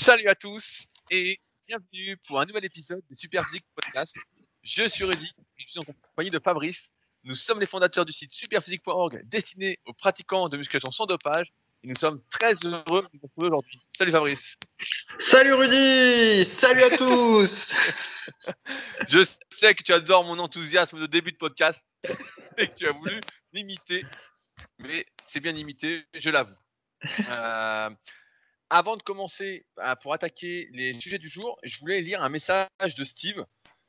Salut à tous et bienvenue pour un nouvel épisode des Superphysique Podcast. Je suis Rudy et je suis en compagnie de Fabrice. Nous sommes les fondateurs du site superphysique.org destiné aux pratiquants de musculation sans dopage et nous sommes très heureux de vous retrouver aujourd'hui. Salut Fabrice. Salut Rudy. Salut à tous. Je sais que tu adores mon enthousiasme de début de podcast et que tu as voulu m'imiter, mais c'est bien imité, je l'avoue. Avant de commencer, pour attaquer les sujets du jour, je voulais lire un message de Steve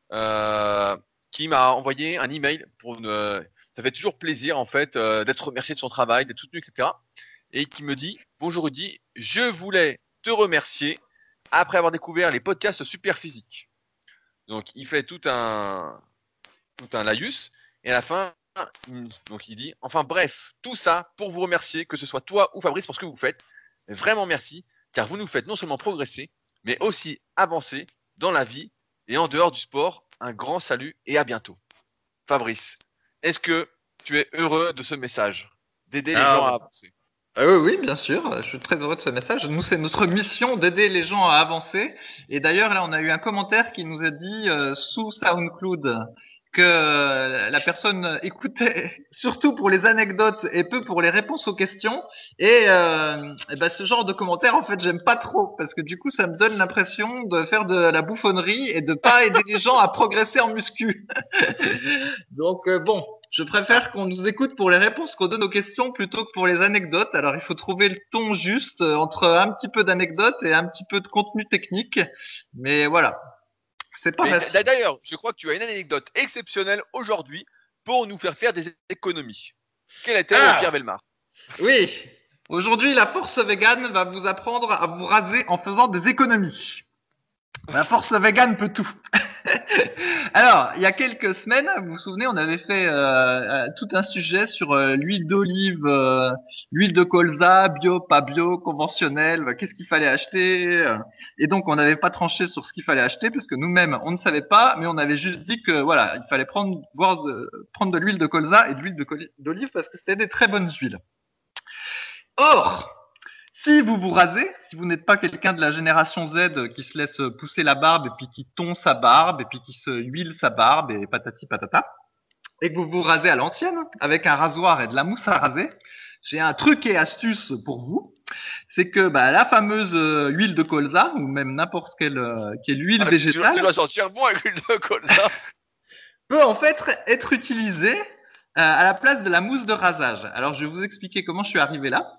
qui m'a envoyé un email. Ça fait toujours plaisir en fait d'être remercié de son travail, d'être soutenu, etc. Et qui me dit « Bonjour Rudy, je voulais te remercier après avoir découvert les podcasts Superphysique. » Donc il fait tout un laïus et à la fin, donc il dit « Enfin bref, tout ça pour vous remercier, que ce soit toi ou Fabrice pour ce que vous faites. Vraiment merci, car vous nous faites non seulement progresser, mais aussi avancer dans la vie et en dehors du sport. Un grand salut et à bientôt. » Fabrice, est-ce que tu es heureux de ce message, d'aider les gens à avancer? Oui, bien sûr. Je suis très heureux de ce message. Nous, c'est notre mission d'aider les gens à avancer. Et d'ailleurs, là, on a eu un commentaire qui nous a dit sous SoundCloud que la personne écoutait surtout pour les anecdotes et peu pour les réponses aux questions. Et ce genre de commentaire, en fait, j'aime pas trop parce que du coup, ça me donne l'impression de faire de la bouffonnerie et de pas aider les gens à progresser en muscu. Donc bon, je préfère qu'on nous écoute pour les réponses qu'on donne aux questions plutôt que pour les anecdotes. Alors il faut trouver le ton juste entre un petit peu d'anecdotes et un petit peu de contenu technique. Mais voilà. C'est pas facile. D'ailleurs, je crois que tu as une anecdote exceptionnelle aujourd'hui pour nous faire des économies. Quelle est-elle, Pierre Bellemare? Oui. Aujourd'hui, la force végane va vous apprendre à vous raser en faisant des économies. La force végane peut tout. Alors, il y a quelques semaines, vous vous souvenez, on avait fait tout un sujet sur l'huile d'olive, l'huile de colza, bio, pas bio, conventionnelle, qu'est-ce qu'il fallait acheter. Et donc, on n'avait pas tranché sur ce qu'il fallait acheter parce que nous-mêmes, on ne savait pas, mais on avait juste dit que voilà, il fallait prendre de l'huile de colza et de l'huile d'olive parce que c'était des très bonnes huiles. Or, si vous vous rasez, si vous n'êtes pas quelqu'un de la génération Z qui se laisse pousser la barbe et puis qui tond sa barbe et puis qui se huile sa barbe et patati patata, et que vous vous rasez à l'ancienne avec un rasoir et de la mousse à raser, j'ai un truc et astuce pour vous. C'est que la fameuse huile de colza ou même n'importe quelle huile végétale, tu dois sentir bon avec l'huile de colza, peut en fait être utilisée à la place de la mousse de rasage. Alors je vais vous expliquer comment je suis arrivé là.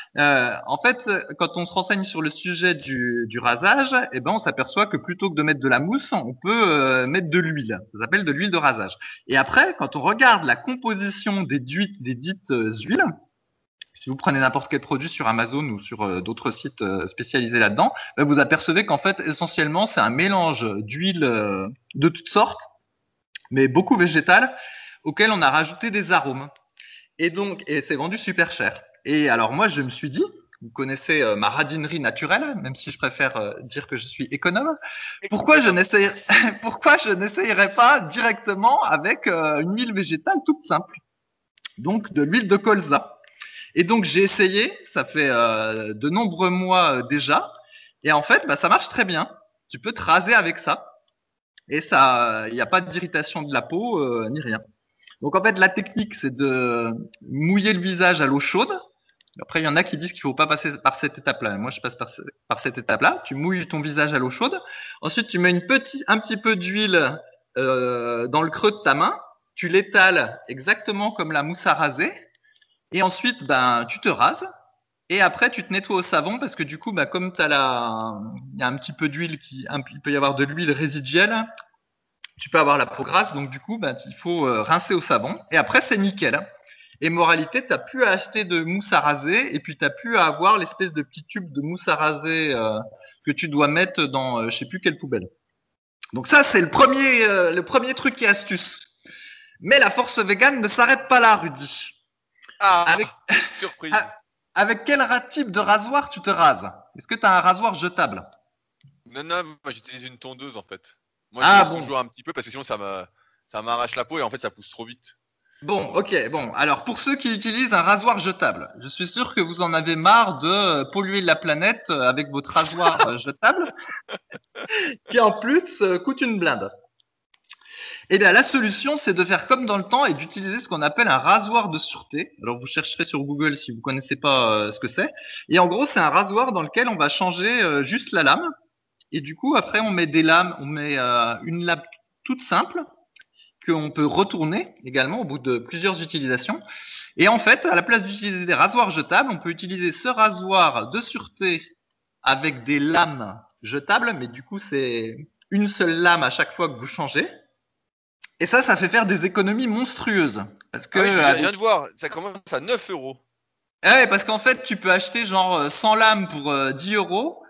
En fait, quand on se renseigne sur le sujet du rasage, on s'aperçoit que plutôt que de mettre de la mousse, on peut mettre de l'huile. Ça s'appelle de l'huile de rasage. Et après, quand on regarde la composition des dites huiles, si vous prenez n'importe quel produit sur Amazon ou sur d'autres sites spécialisés là-dedans, vous apercevez qu'en fait, essentiellement, c'est un mélange d'huiles de toutes sortes, mais beaucoup végétales, auxquelles on a rajouté des arômes. Et c'est vendu super cher. Et alors moi, je me suis dit, vous connaissez ma radinerie naturelle, même si je préfère dire que je suis économe, pourquoi je n'essayerais pas directement avec une huile végétale toute simple, donc de l'huile de colza. Et donc j'ai essayé, ça fait de nombreux mois déjà, et en fait, ça marche très bien. Tu peux te raser avec ça, et ça, il n'y a pas d'irritation de la peau ni rien. Donc en fait, la technique, c'est de mouiller le visage à l'eau chaude. Après, il y en a qui disent qu'il faut pas passer par cette étape-là. Moi, je passe par cette étape-là. Tu mouilles ton visage à l'eau chaude. Ensuite, tu mets un petit peu d'huile dans le creux de ta main. Tu l'étales exactement comme la mousse à raser. Et ensuite, tu te rases. Et après, tu te nettoies au savon parce que du coup, comme il y a un petit peu d'huile il peut y avoir de l'huile résiduelle. Tu peux avoir la peau grasse, donc du coup, il faut rincer au savon. Et après, c'est nickel. Et moralité, t'as plus à acheter de mousse à raser, et puis t'as plus à avoir l'espèce de petit tube de mousse à raser que tu dois mettre dans je sais plus quelle poubelle. Donc ça, c'est le premier truc et astuce. Mais la force végane ne s'arrête pas là, Rudy. Surprise. Avec quel type de rasoir tu te rases? Est-ce que tu as un rasoir jetable? Non, moi j'utilise une tondeuse en fait. Moi je laisse toujours un petit peu parce que sinon ça m'arrache la peau et en fait ça pousse trop vite. Bon, ok, bon. Alors, pour ceux qui utilisent un rasoir jetable, je suis sûr que vous en avez marre de polluer la planète avec votre rasoir jetable, qui en plus coûte une blinde. Et bien, la solution, c'est de faire comme dans le temps et d'utiliser ce qu'on appelle un rasoir de sûreté. Alors, vous chercherez sur Google si vous connaissez pas ce que c'est. Et en gros, c'est un rasoir dans lequel on va changer juste la lame. Et du coup, après, on met des lames, on met une lame toute simple qu'on peut retourner également au bout de plusieurs utilisations. Et en fait, à la place d'utiliser des rasoirs jetables, on peut utiliser ce rasoir de sûreté avec des lames jetables, mais du coup, c'est une seule lame à chaque fois que vous changez. Et ça fait faire des économies monstrueuses. Parce que, Ah oui, je viens de voir, ça commence à 9 euros. ouais, parce qu'en fait, tu peux acheter genre 100 lames pour 10 euros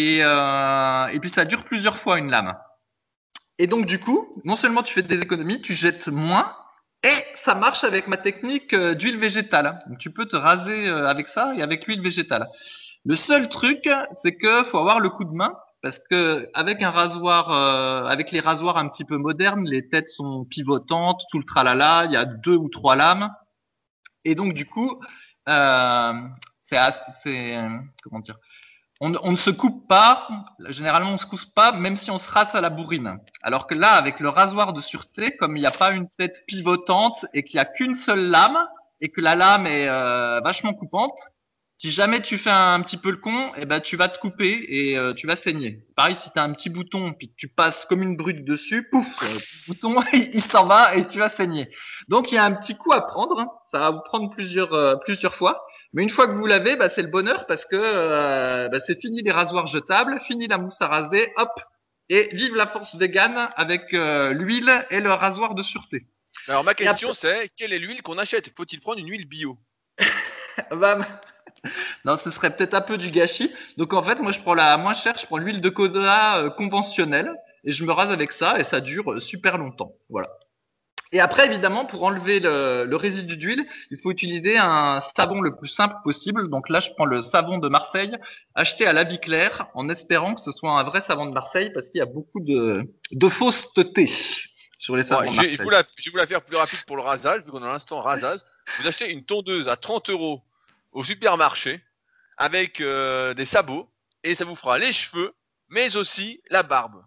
et puis ça dure plusieurs fois une lame. Et donc du coup, non seulement tu fais des économies, tu jettes moins et ça marche avec ma technique d'huile végétale. Donc tu peux te raser avec ça et avec l'huile végétale. Le seul truc, c'est que faut avoir le coup de main parce que avec un rasoir, avec les rasoirs un petit peu modernes, les têtes sont pivotantes, tout le tralala, il y a 2 ou 3 lames et donc du coup, euh, c'est comment dire, on ne se coupe pas, généralement on se coupe pas, même si on se rase à la bourrine. Alors que là, avec le rasoir de sûreté, comme il n'y a pas une tête pivotante et qu'il n'y a qu'une seule lame, et que la lame est vachement coupante, si jamais tu fais un petit peu le con, eh ben tu vas te couper et tu vas saigner. Pareil, si tu as un petit bouton puis que tu passes comme une brute dessus, pouf, le bouton il s'en va et tu vas saigner. Donc il y a un petit coup à prendre, hein. Ça va vous prendre plusieurs fois. Mais une fois que vous l'avez, bah, c'est le bonheur parce que bah, c'est fini les rasoirs jetables, fini la mousse à raser, hop, et vive la force végane avec l'huile et le rasoir de sûreté. Alors ma Et après, question c'est, quelle est l'huile qu'on achète? Faut-il prendre une huile bio? bam. Non, ce serait peut-être un peu du gâchis. Donc en fait, moi je prends la moins chère, je prends l'huile de colza conventionnelle et je me rase avec ça et ça dure super longtemps. Voilà. Et après, évidemment, pour enlever le résidu d'huile, il faut utiliser un savon le plus simple possible. Donc là, je prends le savon de Marseille, acheté à la vie claire, en espérant que ce soit un vrai savon de Marseille, parce qu'il y a beaucoup de fausseté sur les Bon, savons de Marseille. je vais vous la faire plus rapide pour le rasage, vu qu'on est à l'instant rasage. Vous achetez une tondeuse à 30 euros au supermarché avec des sabots et ça vous fera les cheveux, mais aussi la barbe.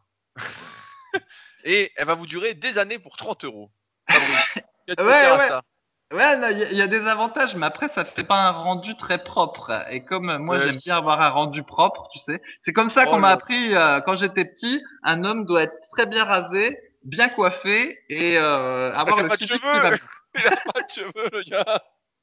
Et elle va vous durer des années pour 30 euros. Fabrice, qu'as-tu à Ouais, dire à ouais. ça? Ouais, il y a des avantages, mais après, ça fait pas un rendu très propre. Et comme moi, Ouais, j'aime bien avoir un rendu propre, tu sais. C'est comme ça qu'on oh m'a là, appris quand j'étais petit. Un homme doit être très bien rasé, bien coiffé et ah, avoir t'as le pas de physique qui va cheveux. Il a pas de cheveux, le gars.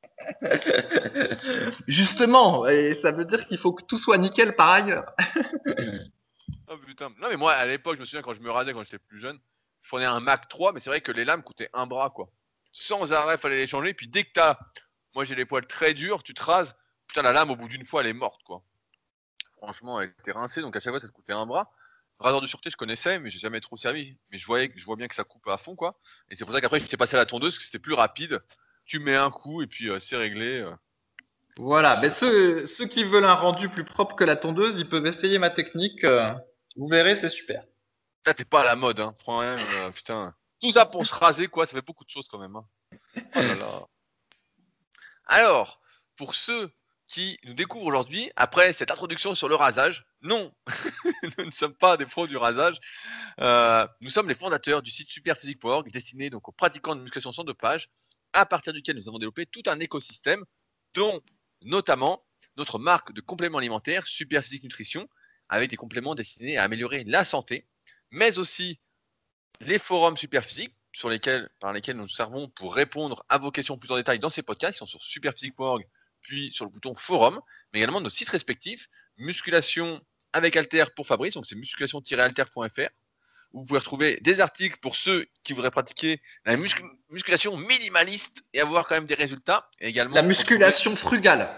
bien. Justement, et ça veut dire qu'il faut que tout soit nickel par ailleurs. Oh putain. Non mais moi à l'époque, je me souviens quand je me rasais quand j'étais plus jeune, je prenais un Mac 3, mais c'est vrai que les lames coûtaient un bras quoi. Sans arrêt, fallait les changer. Puis dès que moi j'ai les poils très durs, tu te rases, putain la lame au bout d'une fois elle est morte quoi. Franchement, elle était rincée, donc à chaque fois ça te coûtait un bras. Rasoir de sûreté, je connaissais, mais j'ai jamais trop servi. Mais je vois bien que ça coupe à fond quoi. Et c'est pour ça qu'après j'étais passé à la tondeuse, parce que c'était plus rapide. Tu mets un coup et puis c'est réglé. Voilà. Mais C'est- ceux qui veulent un rendu plus propre que la tondeuse, ils peuvent essayer ma technique. Vous verrez, c'est super. Là t'es pas à la mode, hein. Prends même, putain. Tout ça pour se raser quoi, ça fait beaucoup de choses quand même. Hein. Oh là là. Alors, pour ceux qui nous découvrent aujourd'hui, après cette introduction sur le rasage, non, nous ne sommes pas des pros du rasage. Nous sommes les fondateurs du site superphysique.org, destiné donc aux pratiquants de musculation sans dopage, à partir duquel nous avons développé tout un écosystème, dont notamment notre marque de compléments alimentaires, Superphysique Nutrition, avec des compléments destinés à améliorer la santé, mais aussi les forums Superphysique, par lesquels nous nous servons pour répondre à vos questions plus en détail dans ces podcasts, qui sont sur superphysique.org, puis sur le bouton forum, mais également nos sites respectifs, musculation avec Alter pour Fabrice, donc c'est musculation-alter.fr, où vous pouvez retrouver des articles pour ceux qui voudraient pratiquer la musculation minimaliste et avoir quand même des résultats, et La également retrouver musculation frugale.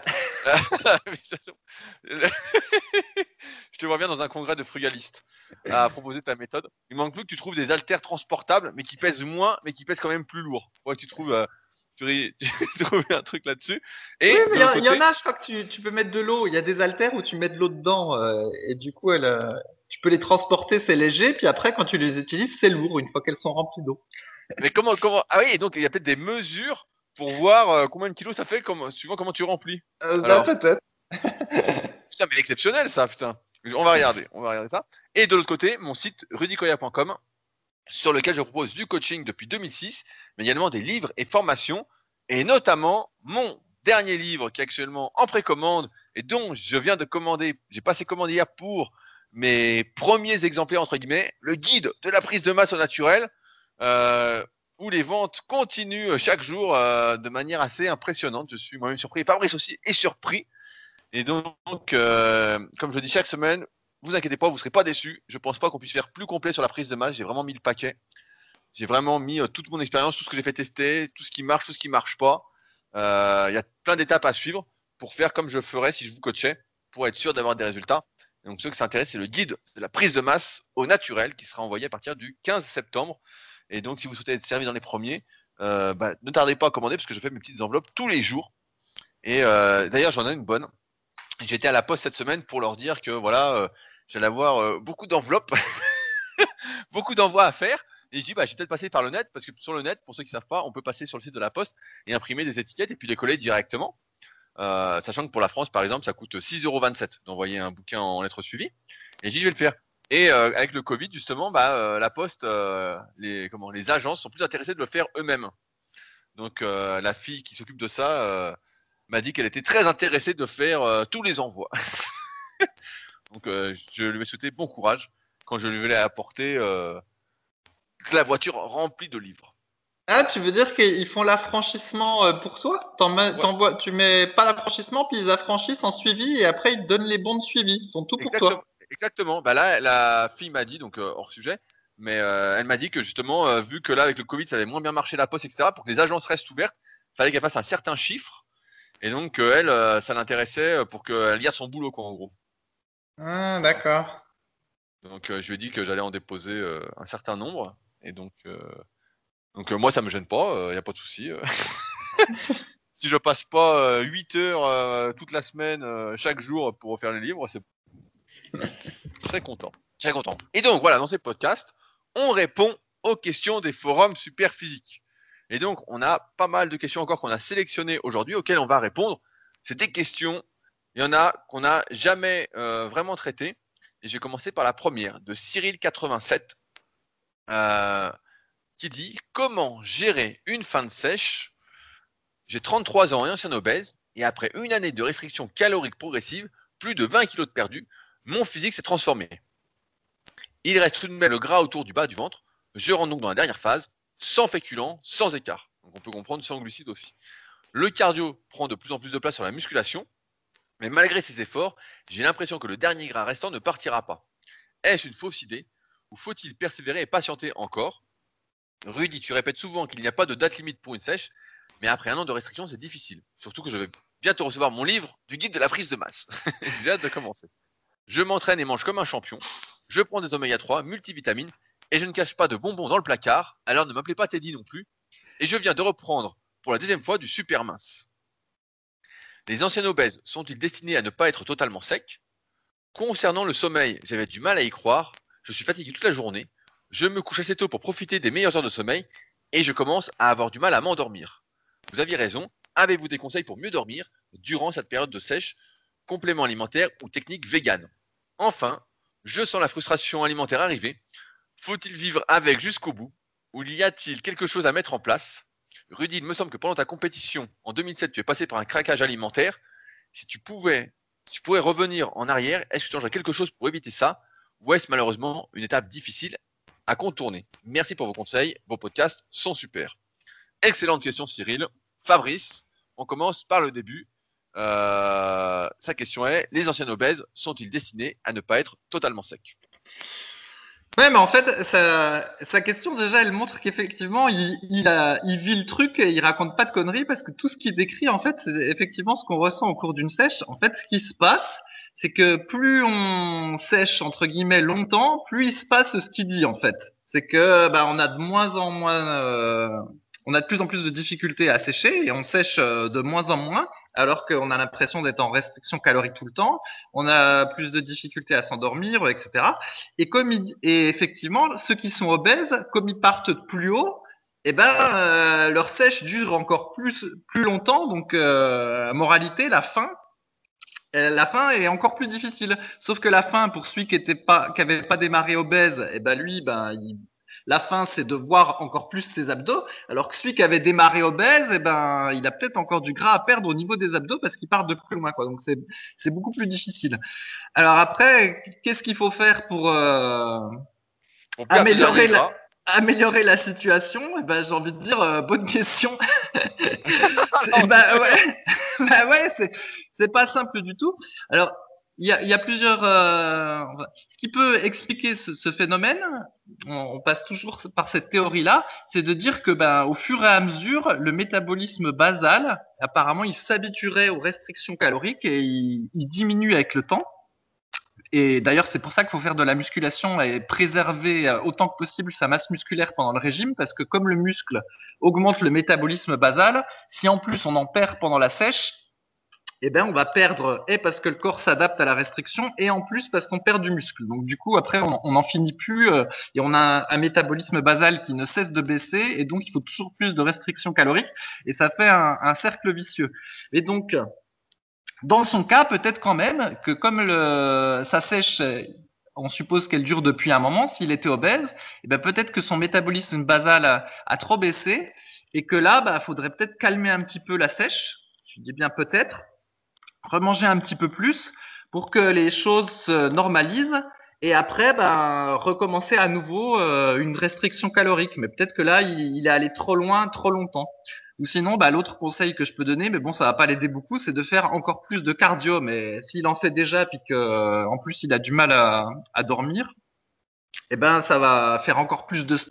Je te vois bien dans un congrès de frugalistes à proposer ta méthode. Il manque plus que tu trouves des haltères transportables, mais qui pèsent moins, mais qui pèsent quand même plus lourd. Faudrait que tu trouves, tu trouves un truc là-dessus. Oui, Et mais de l'autre il y en côté, a, je crois que tu peux mettre de l'eau. Il y a des haltères où tu mets de l'eau dedans et du coup, tu peux les transporter, c'est léger. Puis après, quand tu les utilises, c'est lourd une fois qu'elles sont remplies d'eau. Mais comment... Ah oui, et donc il y a peut-être des mesures pour voir combien de kilos ça fait, suivant comment tu remplis. Alors, Peut-être. putain, mais l'exceptionnel ça, putain. On va regarder ça. Et de l'autre côté, mon site rudicoya.com, sur lequel je propose du coaching depuis 2006, mais également des livres et formations, et notamment mon dernier livre qui est actuellement en précommande et dont je viens de commander, j'ai passé commande hier pour mes premiers exemplaires, entre guillemets, le guide de la prise de masse au naturel, où les ventes continuent chaque jour de manière assez impressionnante. Je suis moi-même surpris, Fabrice aussi est surpris. Et donc, comme je dis chaque semaine, vous inquiétez pas, vous serez pas déçus. Je pense pas qu'on puisse faire plus complet sur la prise de masse. J'ai vraiment mis le paquet. J'ai vraiment mis toute mon expérience, tout ce que j'ai fait tester, tout ce qui marche, tout ce qui marche pas. Il y a plein d'étapes à suivre pour faire comme je ferais si je vous coachais, pour être sûr d'avoir des résultats. Et donc, ceux qui s'intéressent, c'est le guide de la prise de masse au naturel qui sera envoyé à partir du 15 septembre. Et donc, si vous souhaitez être servi dans les premiers, ne tardez pas à commander parce que je fais mes petites enveloppes tous les jours. Et d'ailleurs, j'en ai une bonne. J'étais à la poste cette semaine pour leur dire que voilà, j'allais avoir beaucoup d'enveloppes, beaucoup d'envois à faire. Et je dis, je vais peut-être passer par le net, parce que sur le net, pour ceux qui ne savent pas, on peut passer sur le site de la Poste et imprimer des étiquettes et puis les coller directement. Sachant que pour la France, par exemple, ça coûte 6,27 € d'envoyer un bouquin en lettres suivies. Et je dis, je vais le faire. Et avec le Covid, justement, la Poste, les agences sont plus intéressées de le faire eux-mêmes. Donc la fille qui s'occupe de ça m'a dit qu'elle était très intéressée de faire tous les envois. Donc je lui ai souhaité bon courage quand je lui ai apporté la voiture remplie de livres. Ah, tu veux dire qu'ils font l'affranchissement pour toi? Ouais, Tu mets pas l'affranchissement, puis ils affranchissent en suivi et après ils te donnent les bons de suivi. Ils font tout pour exactement. toi. Exactement. Là, la fille m'a dit, donc hors sujet, mais elle m'a dit que justement, vu que là, avec le Covid, ça avait moins bien marché la poste, etc., pour que les agences restent ouvertes, il fallait qu'elle fasse un certain chiffre. Et donc, elle, ça l'intéressait pour qu'elle garde son boulot, quoi, en gros. Ah, d'accord. Donc, je lui ai dit que j'allais en déposer un certain nombre. Et donc moi, ça me gêne pas, y a pas de souci. Si je passe pas 8 heures toute la semaine, chaque jour pour refaire les livres, c'est très content. Très content. Et donc, voilà, dans ces podcasts, on répond aux questions des forums super physiques. Et donc, on a pas mal de questions encore qu'on a sélectionnées aujourd'hui, auxquelles on va répondre. C'est des questions, il y en a qu'on n'a jamais vraiment traitées. Et j'ai commencé par la première, de Cyril87, qui dit « Comment gérer une fin de sèche ? J'ai 33 ans et ancien obèse, et après une année de restriction calorique progressive, plus de 20 kilos de perdu, mon physique s'est transformé. Il reste tout de même le gras autour du bas du ventre. Je rentre donc dans la dernière phase, sans féculents, sans écart. Donc on peut comprendre sans glucides aussi. Le cardio prend de plus en plus de place sur la musculation, mais malgré ces efforts, j'ai l'impression que le dernier gras restant ne partira pas. Est-ce une fausse idée ou faut-il persévérer et patienter encore ? Rudy, tu répètes souvent qu'il n'y a pas de date limite pour une sèche, mais après un an de restriction, c'est difficile. Surtout que je vais bientôt recevoir mon livre du guide de la prise de masse. J'ai hâte de commencer. Je m'entraîne et mange comme un champion. Je prends des oméga 3, multivitamines, et je ne cache pas de bonbons dans le placard, alors ne m'appelez pas Teddy non plus. Et je viens de reprendre pour la deuxième fois du super mince. Les anciens obèses sont-ils destinés à ne pas être totalement secs ? Concernant le sommeil, j'avais du mal à y croire. Je suis fatigué toute la journée. Je me couche assez tôt pour profiter des meilleures heures de sommeil, et je commence à avoir du mal à m'endormir. Vous aviez raison. Avez-vous des conseils pour mieux dormir durant cette période de sèche, complément alimentaire ou technique végane ? Enfin, je sens la frustration alimentaire arriver. Faut-il vivre avec jusqu'au bout ? Ou y a-t-il quelque chose à mettre en place ? Rudy, il me semble que pendant ta compétition, en 2007, tu es passé par un craquage alimentaire. Si tu pourrais revenir en arrière, est-ce que tu changerais quelque chose pour éviter ça ? Ou est-ce malheureusement une étape difficile à contourner ? Merci pour vos conseils, vos podcasts sont super. Excellente question Cyril. Fabrice, on commence par le début. Sa question est, les anciens obèses sont-ils destinés à ne pas être totalement secs ? Ouais, mais en fait, sa question déjà, elle montre qu'effectivement, il vit le truc et il raconte pas de conneries parce que tout ce qu'il décrit, en fait, c'est effectivement ce qu'on ressent au cours d'une sèche. En fait, ce qui se passe, c'est que plus on sèche entre guillemets longtemps, plus il se passe ce qu'il dit en fait. C'est que on a de moins en moins, on a de plus en plus de difficultés à sécher et on sèche de moins en moins, alors qu'on a l'impression d'être en restriction calorique tout le temps. On a plus de difficultés à s'endormir, etc. Et effectivement, ceux qui sont obèses, comme ils partent plus haut, leur sèche dure encore plus longtemps. Donc, moralité, la fin est encore plus difficile. Sauf que la fin, pour celui qui avait pas démarré obèse, lui, la fin, c'est de voir encore plus ses abdos. Alors que celui qui avait démarré obèse, il a peut-être encore du gras à perdre au niveau des abdos parce qu'il part de plus loin, quoi. Donc c'est beaucoup plus difficile. Alors après, qu'est-ce qu'il faut faire pour Pour perdre le dernier gras. améliorer la situation? J'ai envie de dire, bonne question. C'est pas simple du tout. Alors, il y a plusieurs. Ce qui peut expliquer ce phénomène, on passe toujours par cette théorie-là, c'est de dire que, au fur et à mesure, le métabolisme basal, apparemment, il s'habituerait aux restrictions caloriques et il diminue avec le temps. Et d'ailleurs, c'est pour ça qu'il faut faire de la musculation et préserver autant que possible sa masse musculaire pendant le régime, parce que comme le muscle augmente le métabolisme basal, si en plus on en perd pendant la sèche, on va perdre, et parce que le corps s'adapte à la restriction, et en plus parce qu'on perd du muscle. Donc du coup, après, on n'en finit plus, et on a un métabolisme basal qui ne cesse de baisser, et donc il faut toujours plus de restrictions caloriques, et ça fait un cercle vicieux. Et donc, dans son cas, peut-être quand même que comme sa sèche, on suppose qu'elle dure depuis un moment, s'il était obèse, peut-être que son métabolisme basal a trop baissé, et que là, faudrait peut-être calmer un petit peu la sèche, je dis bien peut-être, remanger un petit peu plus pour que les choses se normalisent, et après, recommencer à nouveau une restriction calorique. Mais peut-être que là, il est allé trop loin, trop longtemps. Ou sinon, l'autre conseil que je peux donner, mais bon, ça va pas l'aider beaucoup, c'est de faire encore plus de cardio. Mais s'il en fait déjà, puis que en plus il a du mal à dormir, ça va faire encore plus de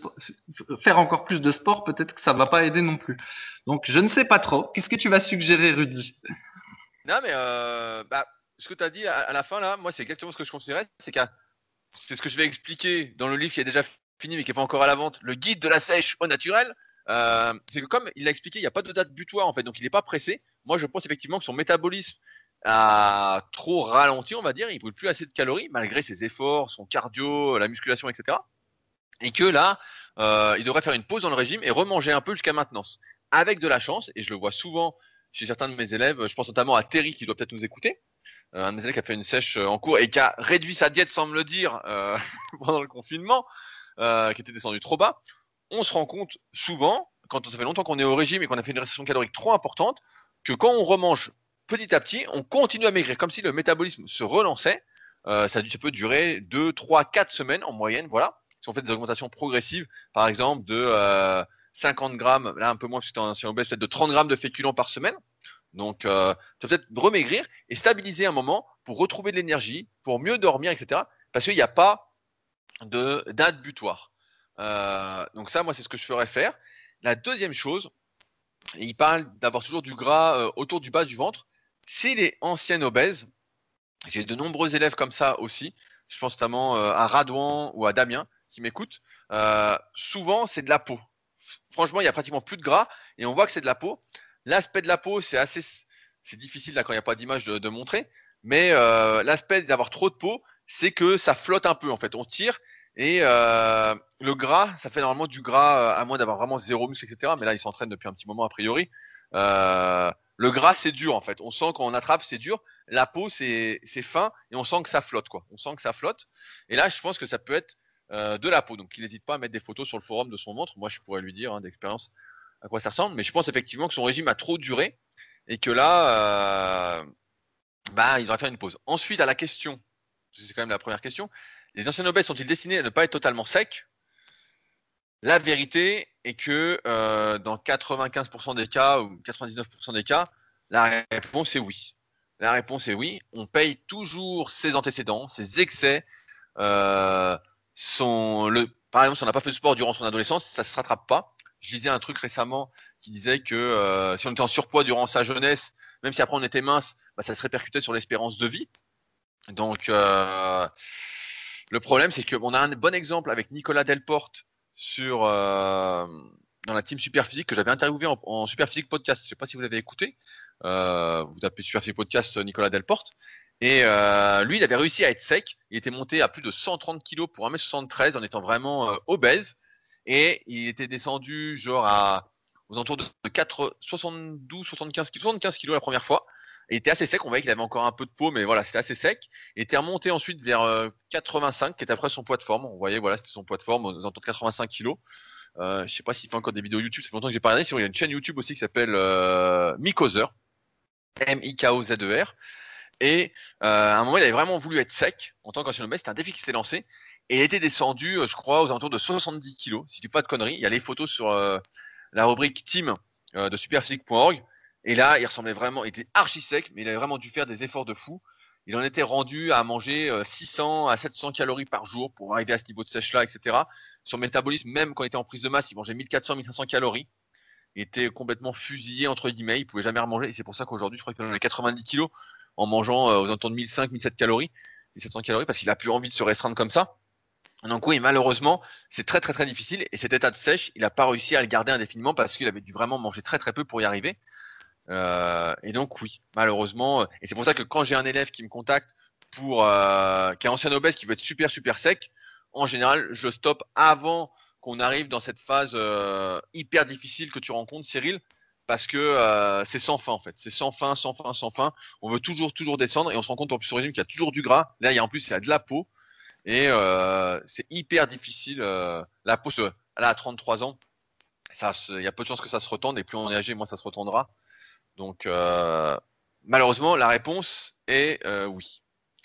sport. Peut-être que ça va pas aider non plus. Donc, je ne sais pas trop. Qu'est-ce que tu vas suggérer, Rudy? Non, mais ce que tu as dit à la fin, là, moi, c'est exactement ce que je conseillerais. C'est ce que je vais expliquer dans le livre qui est déjà fini, mais qui n'est pas encore à la vente, le guide de la sèche au naturel. C'est que comme il l'a expliqué, il n'y a pas de date butoir, en fait, donc il n'est pas pressé. Moi, je pense effectivement que son métabolisme a trop ralenti, on va dire. Il ne brûle plus assez de calories, malgré ses efforts, son cardio, la musculation, etc. Et que là, il devrait faire une pause dans le régime et remanger un peu jusqu'à maintenance. Avec de la chance, et je le vois souvent chez certains de mes élèves, je pense notamment à Terry qui doit peut-être nous écouter, un de mes élèves qui a fait une sèche en cours et qui a réduit sa diète sans me le dire pendant le confinement, qui était descendu trop bas. On se rend compte souvent, quand ça fait longtemps qu'on est au régime et qu'on a fait une restriction calorique trop importante, que quand on remange petit à petit, on continue à maigrir, comme si le métabolisme se relançait. Ça peut durer 2, 3, 4 semaines en moyenne, voilà. Si on fait des augmentations progressives, par exemple de 50 grammes, là un peu moins parce que tu es ancien obèse, peut-être de 30 grammes de féculents par semaine. Donc, tu vas peut-être remaigrir et stabiliser un moment pour retrouver de l'énergie, pour mieux dormir, etc. Parce qu'il n'y a pas de date butoir. Donc ça, moi, c'est ce que je ferais faire. La deuxième chose, il parle d'avoir toujours du gras autour du bas du ventre. S'il est ancien obèse, j'ai de nombreux élèves comme ça aussi. Je pense notamment à Radouan ou à Damien qui m'écoutent. Souvent, c'est de la peau. Franchement, il y a pratiquement plus de gras et on voit que c'est de la peau. L'aspect de la peau, c'est difficile là quand il n'y a pas d'image de montrer. Mais l'aspect d'avoir trop de peau, c'est que ça flotte un peu en fait. On tire et le gras, ça fait normalement du gras à moins d'avoir vraiment zéro muscle, etc. Mais là, il s'entraîne depuis un petit moment a priori. Le gras, c'est dur en fait. On sent quand on attrape, c'est dur. La peau, c'est fin et on sent que ça flotte quoi. On sent que ça flotte. Et là, je pense que ça peut être de la peau. Donc, il n'hésite pas à mettre des photos sur le forum de son ventre. Moi, je pourrais lui dire d'expérience à quoi ça ressemble. Mais je pense effectivement que son régime a trop duré et que là, il devrait faire une pause. Ensuite, à la question, c'est quand même la première question. Les anciens obèses sont-ils destinés à ne pas être totalement secs? La vérité est que dans 95% des cas ou 99% des cas, la réponse est oui. La réponse est oui. On paye toujours ses antécédents, ses excès. Par exemple, si on n'a pas fait de sport durant son adolescence, ça ne se rattrape pas. Je lisais un truc récemment qui disait que si on était en surpoids durant sa jeunesse, même si après on était mince, ça se répercutait sur l'espérance de vie. Donc, le problème, c'est qu'on a un bon exemple avec Nicolas Delporte dans la team Superphysique que j'avais interviewé en Superphysique Podcast. Je ne sais pas si vous l'avez écouté. Vous tapez Superphysique Podcast Nicolas Delporte. Et lui, il avait réussi à être sec. Il était monté à plus de 130 kg pour 1m73 en étant vraiment obèse. et il était descendu genre aux alentours de 72, 75 kilos la première fois. Il était assez sec, on voyait qu'il avait encore un peu de peau, mais voilà, c'était assez sec. Il était remonté ensuite vers 85, qui était après son poids de forme. On voyait, voilà, c'était son poids de forme aux alentours de 85 kilos. Je sais pas s'il fait encore des vidéos YouTube, ça fait longtemps que j'ai pas regardé. Sinon, il y a une chaîne YouTube aussi qui s'appelle Mikozer, Mikozer. Et à un moment, il avait vraiment voulu être sec en tant qu'ancien obèse. C'était un défi qui s'était lancé. Et il était descendu, je crois, aux alentours de 70 kilos, si je dis pas de conneries. Il y a les photos sur la rubrique Team de superphysique.org. Et là, il ressemblait vraiment, il était archi sec, mais il avait vraiment dû faire des efforts de fou. Il en était rendu à manger 600 à 700 calories par jour pour arriver à ce niveau de sèche-là, etc. Son métabolisme, même quand il était en prise de masse, il mangeait 1400, 1500 calories. Il était complètement fusillé, entre guillemets, il pouvait jamais remanger. Et c'est pour ça qu'aujourd'hui, je crois qu'il fait 90 kilos en mangeant aux alentours de 1500, 1700 calories, 1700 calories, parce qu'il a plus envie de se restreindre comme ça. Donc oui, malheureusement, c'est très très très difficile. Et cet état de sèche, il n'a pas réussi à le garder indéfiniment parce qu'il avait dû vraiment manger très très peu pour y arriver. Et donc oui, malheureusement. Et c'est pour ça que quand j'ai un élève qui me contacte pour qui est ancien obèse, qui veut être super super sec, en général, je stoppe avant qu'on arrive dans cette phase hyper difficile que tu rencontres, Cyril, parce que c'est sans fin en fait. C'est sans fin, sans fin, sans fin. On veut toujours toujours descendre et on se rend compte en plus au régime qu'il y a toujours du gras. Là, il y a de la peau et c'est hyper difficile. La peau, là, à 33 ans, il y a peu de chances que ça se retende et plus on est âgé, moins ça se retendra. Donc, malheureusement, la réponse est oui.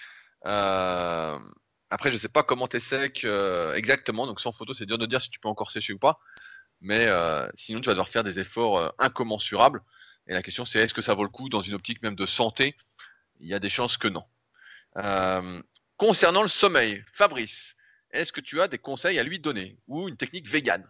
Après, je sais pas comment t'es sec exactement, donc sans photo, c'est dur de dire si tu peux encore sécher ou pas. Mais sinon, tu vas devoir faire des efforts incommensurables. Et la question, c'est est-ce que ça vaut le coup dans une optique même de santé? Il y a des chances que non. Euh, Concernant le sommeil, Fabrice, est-ce que tu as des conseils à lui donner ou une technique végane?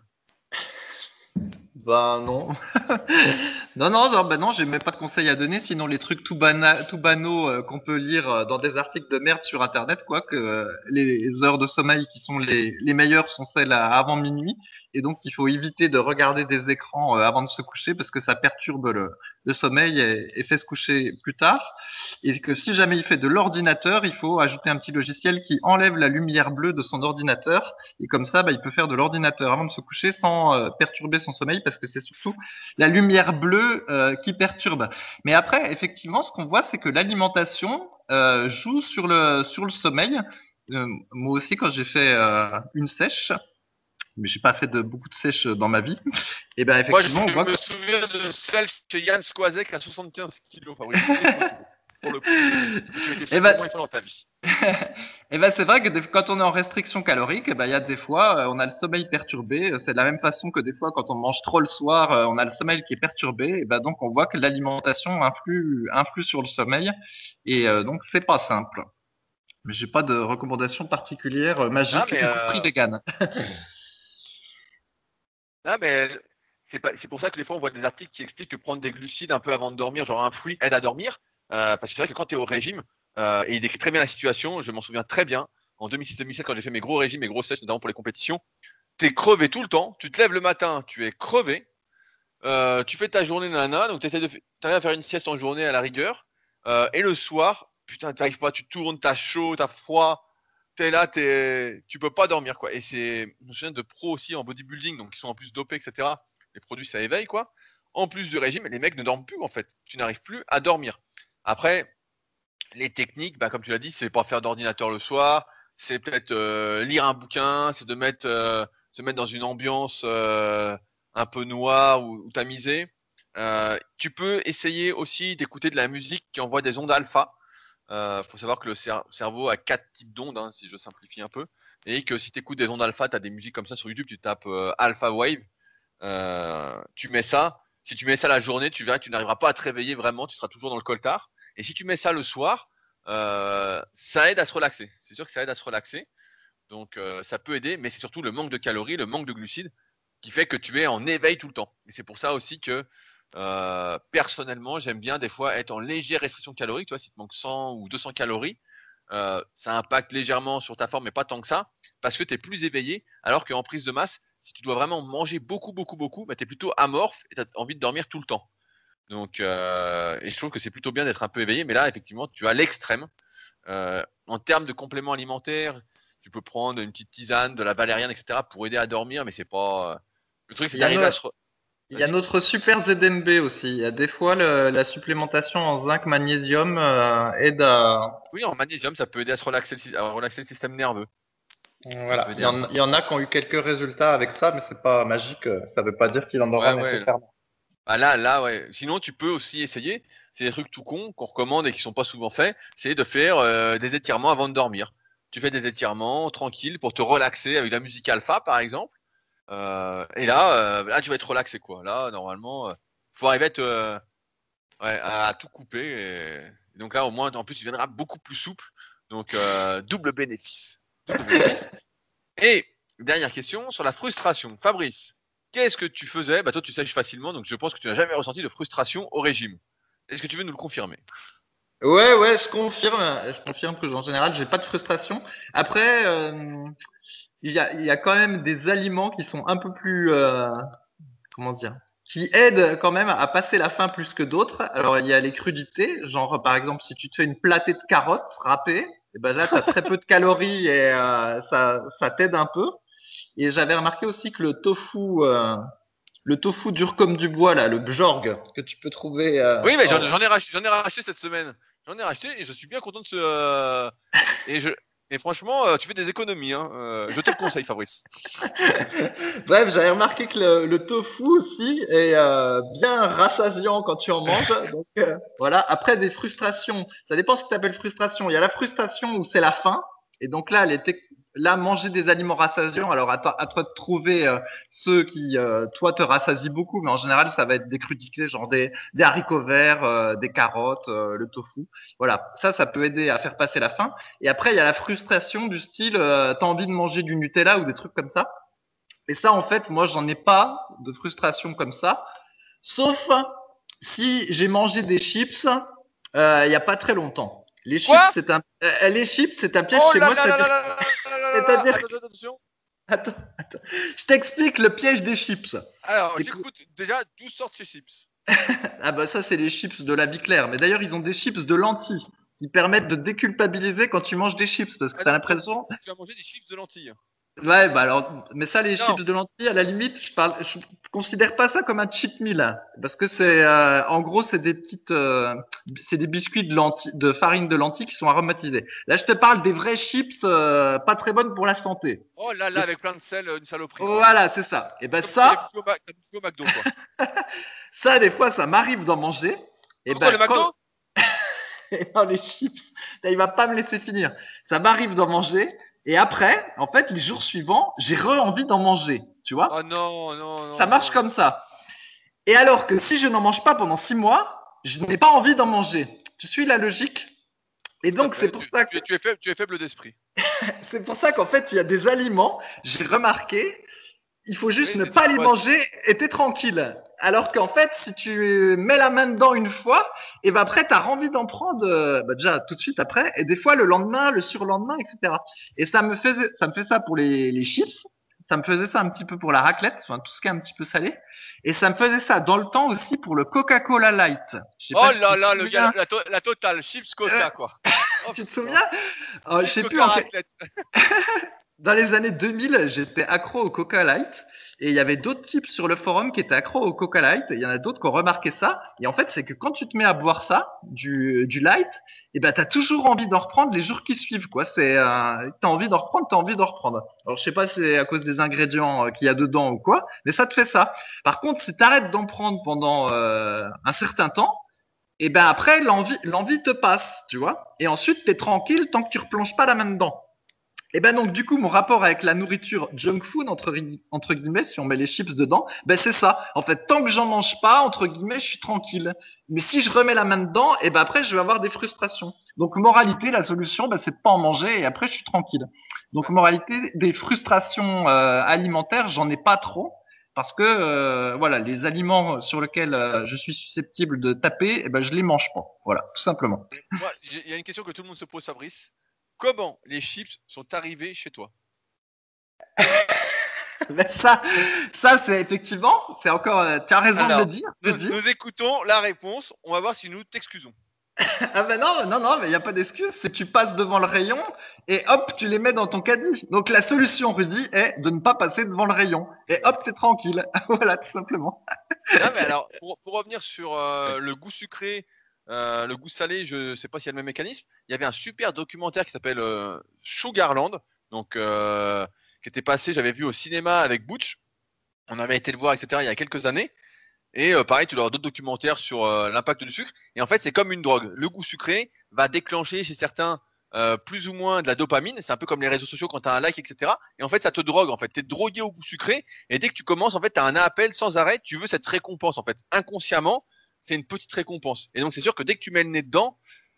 Ben non. Non, j'ai même pas de conseils à donner, sinon les trucs tout banaux qu'on peut lire dans des articles de merde sur Internet, quoi, que les heures de sommeil qui sont les meilleures sont celles avant minuit, et donc il faut éviter de regarder des écrans avant de se coucher parce que ça perturbe le sommeil et fait se coucher plus tard, et que si jamais il fait de l'ordinateur, il faut ajouter un petit logiciel qui enlève la lumière bleue de son ordinateur, et comme ça, il peut faire de l'ordinateur avant de se coucher sans perturber son sommeil parce que c'est surtout la lumière bleue qui perturbe. Mais après, effectivement, ce qu'on voit, c'est que l'alimentation joue sur le sommeil. Moi aussi, quand j'ai fait une sèche, mais j'ai pas fait beaucoup de sèches dans ma vie, et ben Moi, je effectivement, on voit que me souviens de celle chez Yann Squazek à 75 kilos, Fabrice. Pour le coup. Donc, tu étais et sec au ben moins une fois dans ta vie. et ben c'est vrai que quand on est en restriction calorique, il y a des fois on a le sommeil perturbé. C'est de la même façon que des fois quand on mange trop le soir, on a le sommeil qui est perturbé. Et ben donc on voit que l'alimentation influe sur le sommeil et donc c'est pas simple. Mais j'ai pas de recommandation particulière Ah, magique, mais, y compris vegan. ah, mais c'est pour ça que des fois on voit des articles qui expliquent que prendre des glucides un peu avant de dormir, genre un fruit, aide à dormir. Parce que c'est vrai que quand tu es au régime, et il décrit très bien la situation, je m'en souviens très bien, en 2006-2007 quand j'ai fait mes gros régimes, mes grosses sèches, notamment pour les compétitions, t'es crevé tout le temps, tu te lèves le matin, tu es crevé, tu fais ta journée nana, donc t'arrives à faire une sieste en journée à la rigueur, et le soir, putain, t'arrives pas, tu tournes, t'as chaud, t'as froid, t'es là, tu peux pas dormir, quoi. Et je me souviens de pros aussi en bodybuilding, donc qui sont en plus dopés, etc. Les produits, ça éveille, quoi. En plus du régime, les mecs ne dorment plus, en fait. Tu n'arrives plus à dormir. Après, les techniques, comme tu l'as dit, c'est pas faire d'ordinateur le soir, c'est peut-être lire un bouquin, c'est se mettre dans une ambiance un peu noire ou tamisée. Tu peux essayer aussi d'écouter de la musique qui envoie des ondes alpha. Faut savoir que le cerveau a 4 types d'ondes, hein, si je simplifie un peu, et que si tu écoutes des ondes alpha, tu as des musiques comme ça sur YouTube, tu tapes Alpha Wave, tu mets ça. Si tu mets ça la journée, tu verras que tu n'arriveras pas à te réveiller vraiment, tu seras toujours dans le coltard. Et si tu mets ça le soir, ça aide à se relaxer. C'est sûr que ça aide à se relaxer. Donc ça peut aider, mais c'est surtout le manque de calories, le manque de glucides qui fait que tu es en éveil tout le temps. Et c'est pour ça aussi que personnellement, j'aime bien des fois être en légère restriction calorique. Tu vois, si tu manques 100 ou 200 calories, ça impacte légèrement sur ta forme, mais pas tant que ça, parce que tu es plus éveillé, alors qu'en prise de masse, si tu dois vraiment manger beaucoup, beaucoup, beaucoup, tu es plutôt amorphe et tu as envie de dormir tout le temps. Donc, et je trouve que c'est plutôt bien d'être un peu éveillé, mais là, effectivement, tu as l'extrême. En termes de compléments alimentaires, Tu peux prendre une petite tisane, de la valériane, etc. pour aider à dormir, mais c'est pas. Le truc, c'est Il y a d'arriver no- à se. il y a notre super ZMB aussi. Il y a des fois la supplémentation en zinc, magnésium aide à. Oui, en magnésium, ça peut aider à à relaxer le système nerveux. Ça Voilà, peut aider un peu. il y en a qui ont eu quelques résultats avec ça, mais c'est pas magique. Ça veut pas dire qu'il en aura Ouais, ouais. nécessairement. Ah là, ouais. Sinon, tu peux aussi essayer. C'est des trucs tout cons qu'on recommande et qui sont pas souvent faits. C'est de faire des étirements avant de dormir. Tu fais des étirements tranquilles pour te relaxer avec la musique alpha, par exemple. Et là, tu vas être relaxé, quoi. Là, normalement, faut arriver à tout couper. Et donc là, au moins, en plus, tu viendras beaucoup plus souple. Donc, double bénéfice. Double bénéfice. Et dernière question sur la frustration. Fabrice, qu'est-ce que tu faisais? Toi, tu sèches facilement, donc je pense que tu n'as jamais ressenti de frustration au régime. Est-ce que tu veux nous le confirmer? Ouais, je confirme. Je confirme que en général, j'ai pas de frustration. Après, il y a quand même des aliments qui sont un peu plus, comment dire, qui aident quand même à passer la faim plus que d'autres. Alors, il y a les crudités, genre par exemple, si tu te fais une platée de carottes râpées, et ben là, tu as très peu de calories et ça t'aide un peu. Et j'avais remarqué aussi que le tofu dur comme du bois là, le bjorg que tu peux trouver. Oui, mais j'en ai racheté cette semaine. J'en ai racheté et je suis bien content de ce. Et je et franchement, tu fais des économies. Hein. Je te le conseille, Fabrice. Bref, j'avais remarqué que le tofu aussi est bien rassasiant quand tu en manges. Donc voilà. Après des frustrations, ça dépend ce que tu appelles frustration. Il y a la frustration où c'est la faim. Et donc là, là manger des aliments rassasiants. Alors à toi de trouver ceux qui toi te rassasient beaucoup, mais en général ça va être des crudités, genre des haricots verts, des carottes, le tofu. Voilà, ça peut aider à faire passer la faim. Et après il y a la frustration du style t'as envie de manger du Nutella ou des trucs comme ça. Et ça, en fait, moi, j'en ai pas de frustration comme ça. Sauf si j'ai mangé des chips il y a pas très longtemps. Quoi? Les chips, c'est un piège Oh chez là moi. là là là là là là là là. C'est-à-dire, Attention. attends, je t'explique le piège des chips. Alors, C'est que- j'écoute déjà 12 sortes chez Chips. ah bah ça, c'est les chips de la vie claire. Mais d'ailleurs, ils ont des chips de lentilles qui permettent de déculpabiliser quand tu manges des chips parce que Ah t'as non, l'impression. tu vas manger des chips de lentilles. Ouais, bah alors, mais ça, les chips Non, de lentilles, à la limite, je considère pas ça comme un cheat meal, hein, parce que en gros, c'est des biscuits de lentilles, de farine de lentilles qui sont aromatisés. Là, je te parle des vrais chips, pas très bonnes pour la santé. oh là là, avec plein de sel, une saloperie, quoi. Voilà, c'est ça. Et ben Comme si t'avais ça, bouffé t'as bouffé au McDo, quoi. ça, des fois, ça m'arrive d'en manger. Et Pourquoi ben le McDo? non, les chips, il va pas me laisser finir. Ça m'arrive d'en manger. Et après, en fait, les jours suivants, j'ai envie d'en manger. Tu vois? Oh non, non, Ça non, marche non. comme ça. Et alors que si je n'en mange pas pendant 6 mois, je n'ai pas envie d'en manger. Tu suis la logique? Et Tout à donc fait. Tu es faible d'esprit. c'est pour ça qu'en fait, il y a des aliments, j'ai remarqué, il faut juste Oui, ne c'est pas les ouais, manger et t'es tranquille. Alors qu'en fait, si tu mets la main dedans une fois, et ben après, t'as envie d'en prendre déjà tout de suite après, et des fois le lendemain, le surlendemain, etc. Et ça me fait ça pour les chips, ça me faisait ça un petit peu pour la raclette, enfin tout ce qui est un petit peu salé, et ça me faisait ça dans le temps aussi pour le Coca-Cola Light. Je sais pas Oh si là tu te là, le souviens. gars, la totale, chips Coca, quoi. Oh Tu te putain. souviens? Je Chips sais plus Coca en fait. raclette. Dans les années 2000, j'étais accro au Coca Light et il y avait d'autres types sur le forum qui étaient accros au Coca Light. Il y en a d'autres qui ont remarqué ça. Et en fait, c'est que quand tu te mets à boire ça, du light, et ben t'as toujours envie d'en reprendre les jours qui suivent, quoi. T'as envie d'en reprendre, t'as envie d'en reprendre. Alors je sais pas si c'est à cause des ingrédients qu'il y a dedans ou quoi, mais ça te fait ça. Par contre, si t'arrêtes d'en prendre pendant un certain temps, et ben après l'envie te passe, tu vois. Et ensuite t'es tranquille tant que tu replonges pas la main dedans. Et ben donc du coup mon rapport avec la nourriture junk food entre guillemets si on met les chips dedans, ben c'est ça. En fait tant que j'en mange pas entre guillemets je suis tranquille. Mais si je remets la main dedans, et ben après je vais avoir des frustrations. Donc moralité la solution ben c'est de pas en manger et après je suis tranquille. Donc moralité des frustrations alimentaires j'en ai pas trop parce que voilà les aliments sur lesquels je suis susceptible de taper, et ben je les mange pas. Voilà tout simplement. Moi, il y a une question que tout le monde se pose, Fabrice. Comment les chips sont arrivés chez toi? Ben ça c'est effectivement, c'est encore, tu as raison de le Alors, dire, nous écoutons la réponse. On va voir si nous t'excusons. Ah ben non, non, non, mais il n'y a pas d'excuse. C'est que tu passes devant le rayon et hop, tu les mets dans ton caddie. Donc la solution, Rudy, est de ne pas passer devant le rayon. Et hop, c'est tranquille. Voilà, tout simplement. Non, mais alors, pour revenir sur le goût sucré, le goût salé, je sais pas s'il y a le même mécanisme. Il y avait un super documentaire qui s'appelle Sugarland, donc qui était passé, j'avais vu au cinéma avec Butch. On avait été le voir, etc. il y a quelques années. Et pareil, tu auras d'autres documentaires sur l'impact du sucre. Et en fait, c'est comme une drogue. Le goût sucré va déclencher chez certains plus ou moins de la dopamine. C'est un peu comme les réseaux sociaux quand tu as un like, etc. Et en fait, ça te drogue. En fait, tu es drogué au goût sucré. Et dès que tu commences, en fait, tu as un appel sans arrêt. Tu veux cette récompense. En fait, inconsciemment, c'est une petite récompense. Et donc, c'est sûr que dès que tu mets le nez dedans,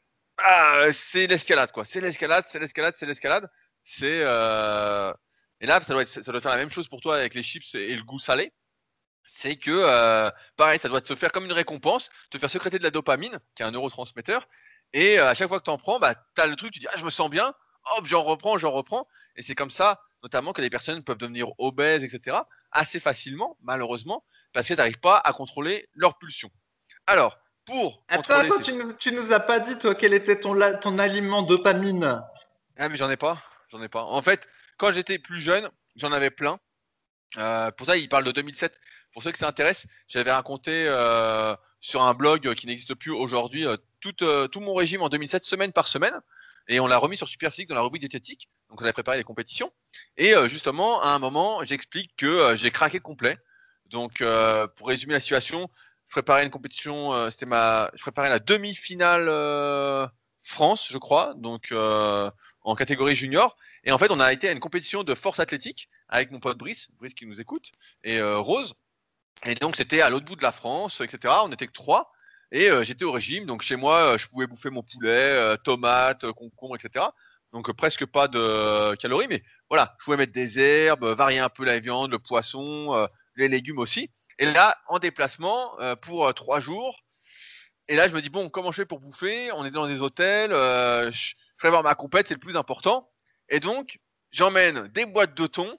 c'est l'escalade, quoi. C'est l'escalade, c'est l'escalade, c'est l'escalade. C'est Et là, ça doit faire la même chose pour toi avec les chips et le goût salé. C'est que, pareil, ça doit te faire comme une récompense, te faire sécréter de la dopamine, qui est un neurotransmetteur. Et à chaque fois que tu en prends, bah, tu as le truc, tu dis, ah, je me sens bien, hop, j'en reprends, j'en reprends. Et c'est comme ça, notamment, que les personnes peuvent devenir obèses, etc., assez facilement, malheureusement, parce qu'elles n'arrivent pas à contrôler leur pulsion. Alors, pour Attends, contrôler attends, ces... tu nous as pas dit, toi, quel était ton aliment dopamine. Ah, mais j'en ai pas, j'en ai pas. En fait, quand j'étais plus jeune, j'en avais plein. Pour ça, il parle de 2007. Pour ceux que ça intéresse, j'avais raconté sur un blog qui n'existe plus aujourd'hui tout mon régime en 2007, semaine par semaine. Et on l'a remis sur Superphysique dans la rubrique diététique. Donc on a préparé les compétitions. Et justement, à un moment, j'explique que j'ai craqué complet. Donc pour résumer la situation, je préparais une compétition, je préparais la demi-finale France, je crois, donc en catégorie junior. Et en fait, on a été à une compétition de force athlétique avec mon pote Brice qui nous écoute, et Rose. Et donc, c'était à l'autre bout de la France, etc. On était que trois. Et j'étais au régime. Donc, chez moi, je pouvais bouffer mon poulet, tomates, concombres, etc. Donc, presque pas de calories. Mais voilà, je pouvais mettre des herbes, varier un peu la viande, le poisson, les légumes aussi. Et là, en déplacement, pour 3 jours. Et là, je me dis, bon, comment je fais pour bouffer? On est dans des hôtels. Je prépare ma compète, c'est le plus important. Et donc, j'emmène des boîtes de thon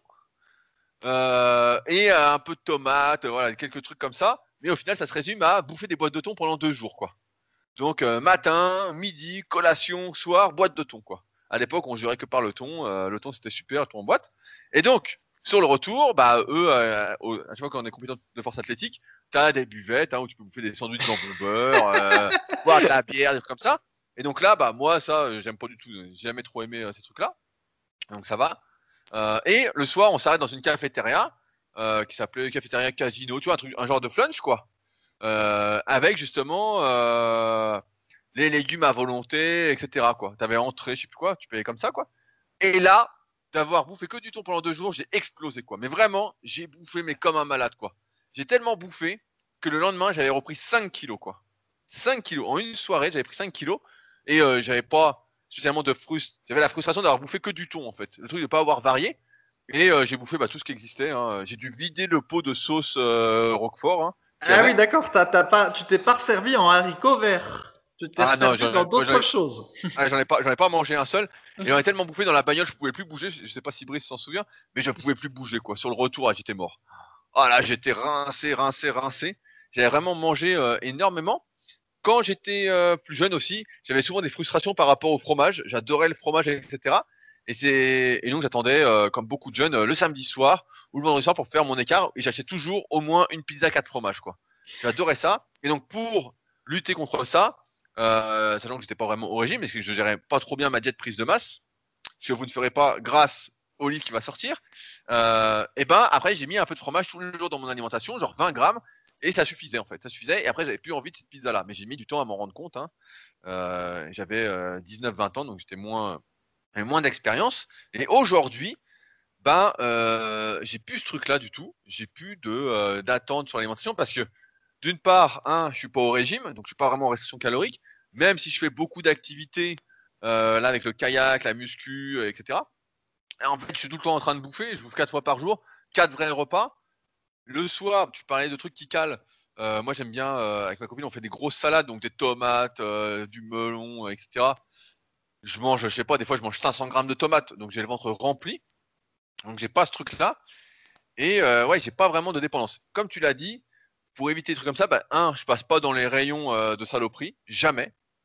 et un peu de tomates, voilà, quelques trucs comme ça. Mais au final, ça se résume à bouffer des boîtes de thon pendant 2 jours, quoi. Donc, matin, midi, collation, soir, boîte de thon, quoi. À l'époque, on jurait que par le thon. Le thon, c'était super, le thon en boîte. Et donc, sur le retour, bah, eux, à chaque fois qu'on est compétent de force athlétique, t'as des buvettes où tu peux bouffer des sandwichs jambon beurre, boire de la bière, des trucs comme ça. Et donc là, bah, moi, ça, j'aime pas du tout. J'ai jamais trop aimé ces trucs-là. Donc ça va. Et le soir, on s'arrête dans une cafétéria qui s'appelait Cafétéria Casino, tu vois, un genre de flunch, quoi. Avec justement les légumes à volonté, etc., quoi. T'avais entrée, je sais plus quoi, tu payais comme ça, quoi. Et là, d'avoir bouffé que du thon pendant 2 jours, j'ai explosé, quoi. Mais vraiment, j'ai bouffé, mais comme un malade, quoi. J'ai tellement bouffé que le lendemain, j'avais repris 5 kilos, quoi. 5 kilos. En une soirée, j'avais pris 5 kilos. Et j'avais pas spécialement de frustration. J'avais la frustration d'avoir bouffé que du thon, en fait. Le truc de pas avoir varié. Et j'ai bouffé tout ce qui existait, hein. J'ai dû vider le pot de sauce Roquefort qu'il y Ah oui, avait. d'accord, tu t'es pas servi en haricots verts. Tu t'es Ah non, servi dans d'autres choses. j'en ai pas mangé un seul. Et j'en ai tellement bouffé dans la bagnole, je pouvais plus bouger. Je sais pas si Brice s'en souvient, mais je pouvais plus bouger, quoi. Sur le retour, j'étais mort. Ah là, j'étais rincé, rincé, rincé. J'avais vraiment mangé énormément. Quand j'étais plus jeune aussi, j'avais souvent des frustrations par rapport au fromage. J'adorais le fromage, etc. Et donc j'attendais, comme beaucoup de jeunes, le samedi soir ou le vendredi soir pour faire mon écart. Et j'achetais toujours au moins une pizza 4 fromages, quoi. J'adorais ça. Et donc pour lutter contre ça, sachant que j'étais pas vraiment au régime, parce que je gérais pas trop bien ma diète prise de masse, ce que vous ne ferez pas grâce au livre qui va sortir. Et ben après j'ai mis un peu de fromage tous les jours dans mon alimentation, genre 20 grammes, et ça suffisait en fait, ça suffisait. Et après j'avais plus envie de cette pizza là, mais j'ai mis du temps à m'en rendre compte. J'avais 19-20 ans, donc j'avais moins d'expérience. Et aujourd'hui, j'ai plus ce truc là du tout. J'ai plus d'attente sur l'alimentation parce que d'une part, je suis pas au régime, donc je suis pas vraiment en restriction calorique, même si je fais beaucoup d'activités là avec le kayak, la muscu, etc. Et en fait, je suis tout le temps en train de bouffer. Je bouffe 4 fois par jour, 4 vrais repas. Le soir, tu parlais de trucs qui calent. Moi, j'aime bien, avec ma copine, on fait des grosses salades, donc des tomates, du melon, etc. Je mange, je sais pas, des fois, je mange 500 grammes de tomates, donc j'ai le ventre rempli. Donc, j'ai pas ce truc-là. Et ouais, j'ai pas vraiment de dépendance. Comme tu l'as dit, pour éviter des trucs comme ça, je passe pas dans les rayons de saloperie, jamais.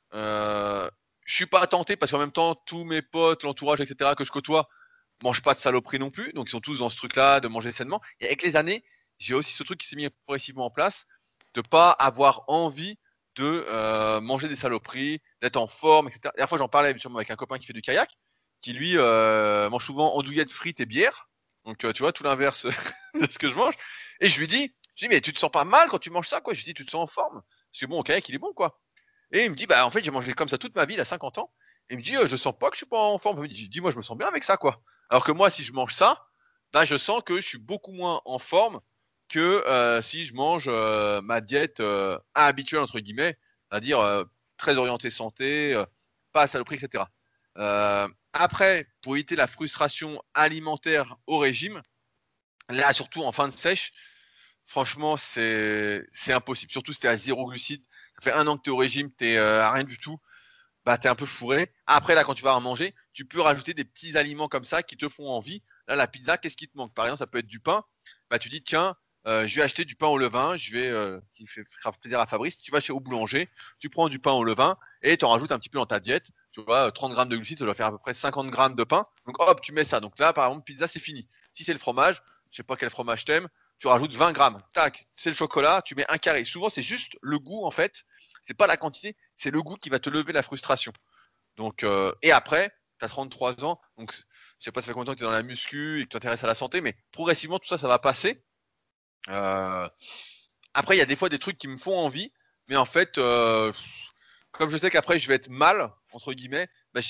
Je suis pas tenté parce qu'en même temps, tous mes potes, l'entourage, etc. que je côtoie, mangent pas de saloperie non plus. Donc ils sont tous dans ce truc-là de manger sainement. Et avec les années, j'ai aussi ce truc qui s'est mis progressivement en place de pas avoir envie de manger des saloperies, d'être en forme, etc. La dernière fois, j'en parlais sûrement avec un copain qui fait du kayak, qui lui mange souvent andouillettes frites et bière. Donc tu vois, tout l'inverse de ce que je mange. Et je lui dis, mais tu te sens pas mal quand tu manges ça, quoi. Je lui dis, tu te sens en forme. Parce que bon, au kayak, il est bon, quoi. Et il me dit, bah en fait, j'ai mangé comme ça toute ma vie, il a 50 ans. Et il me dit, je sens pas que je suis pas en forme. Je me dis, moi, je me sens bien avec ça, quoi. Alors que moi, si je mange ça, bah, je sens que je suis beaucoup moins en forme que si je mange ma diète habituelle, entre guillemets, c'est-à-dire très orientée santé, pas à saloperie, etc. Après, pour éviter la frustration alimentaire au régime, là, surtout en fin de sèche, franchement, c'est impossible. Surtout si tu es à zéro glucide. Ça fait 1 an que tu es au régime, tu es à rien du tout. Bah, tu es un peu fourré. Après, là, quand tu vas en manger, tu peux rajouter des petits aliments comme ça qui te font envie. Là, la pizza, qu'est-ce qui te manque? Par exemple, ça peut être du pain. Bah, tu dis, tiens, je vais acheter du pain au levain. Qui fera plaisir à Fabrice. Tu vas au boulanger, tu prends du pain au levain et tu en rajoutes un petit peu dans ta diète. Tu vois, 30 grammes de glucides, ça doit faire à peu près 50 grammes de pain. Donc, hop, tu mets ça. Donc là, par exemple, pizza, c'est fini. Si c'est le fromage, je sais pas quel fromage t'aimes, tu rajoutes 20 grammes. Tac, c'est le chocolat, tu mets un carré. Souvent, c'est juste le goût, en fait. C'est pas la quantité, c'est le goût qui va te lever la frustration. Donc, et après, tu as 33 ans, donc je sais pas ça fait combien de temps que tu es dans la muscu et que tu t'intéresses à la santé, mais progressivement, tout ça, ça va passer. Euh, Après, il y a des fois des trucs qui me font envie, mais en fait, comme je sais qu'après, je vais être mal, entre guillemets, bah,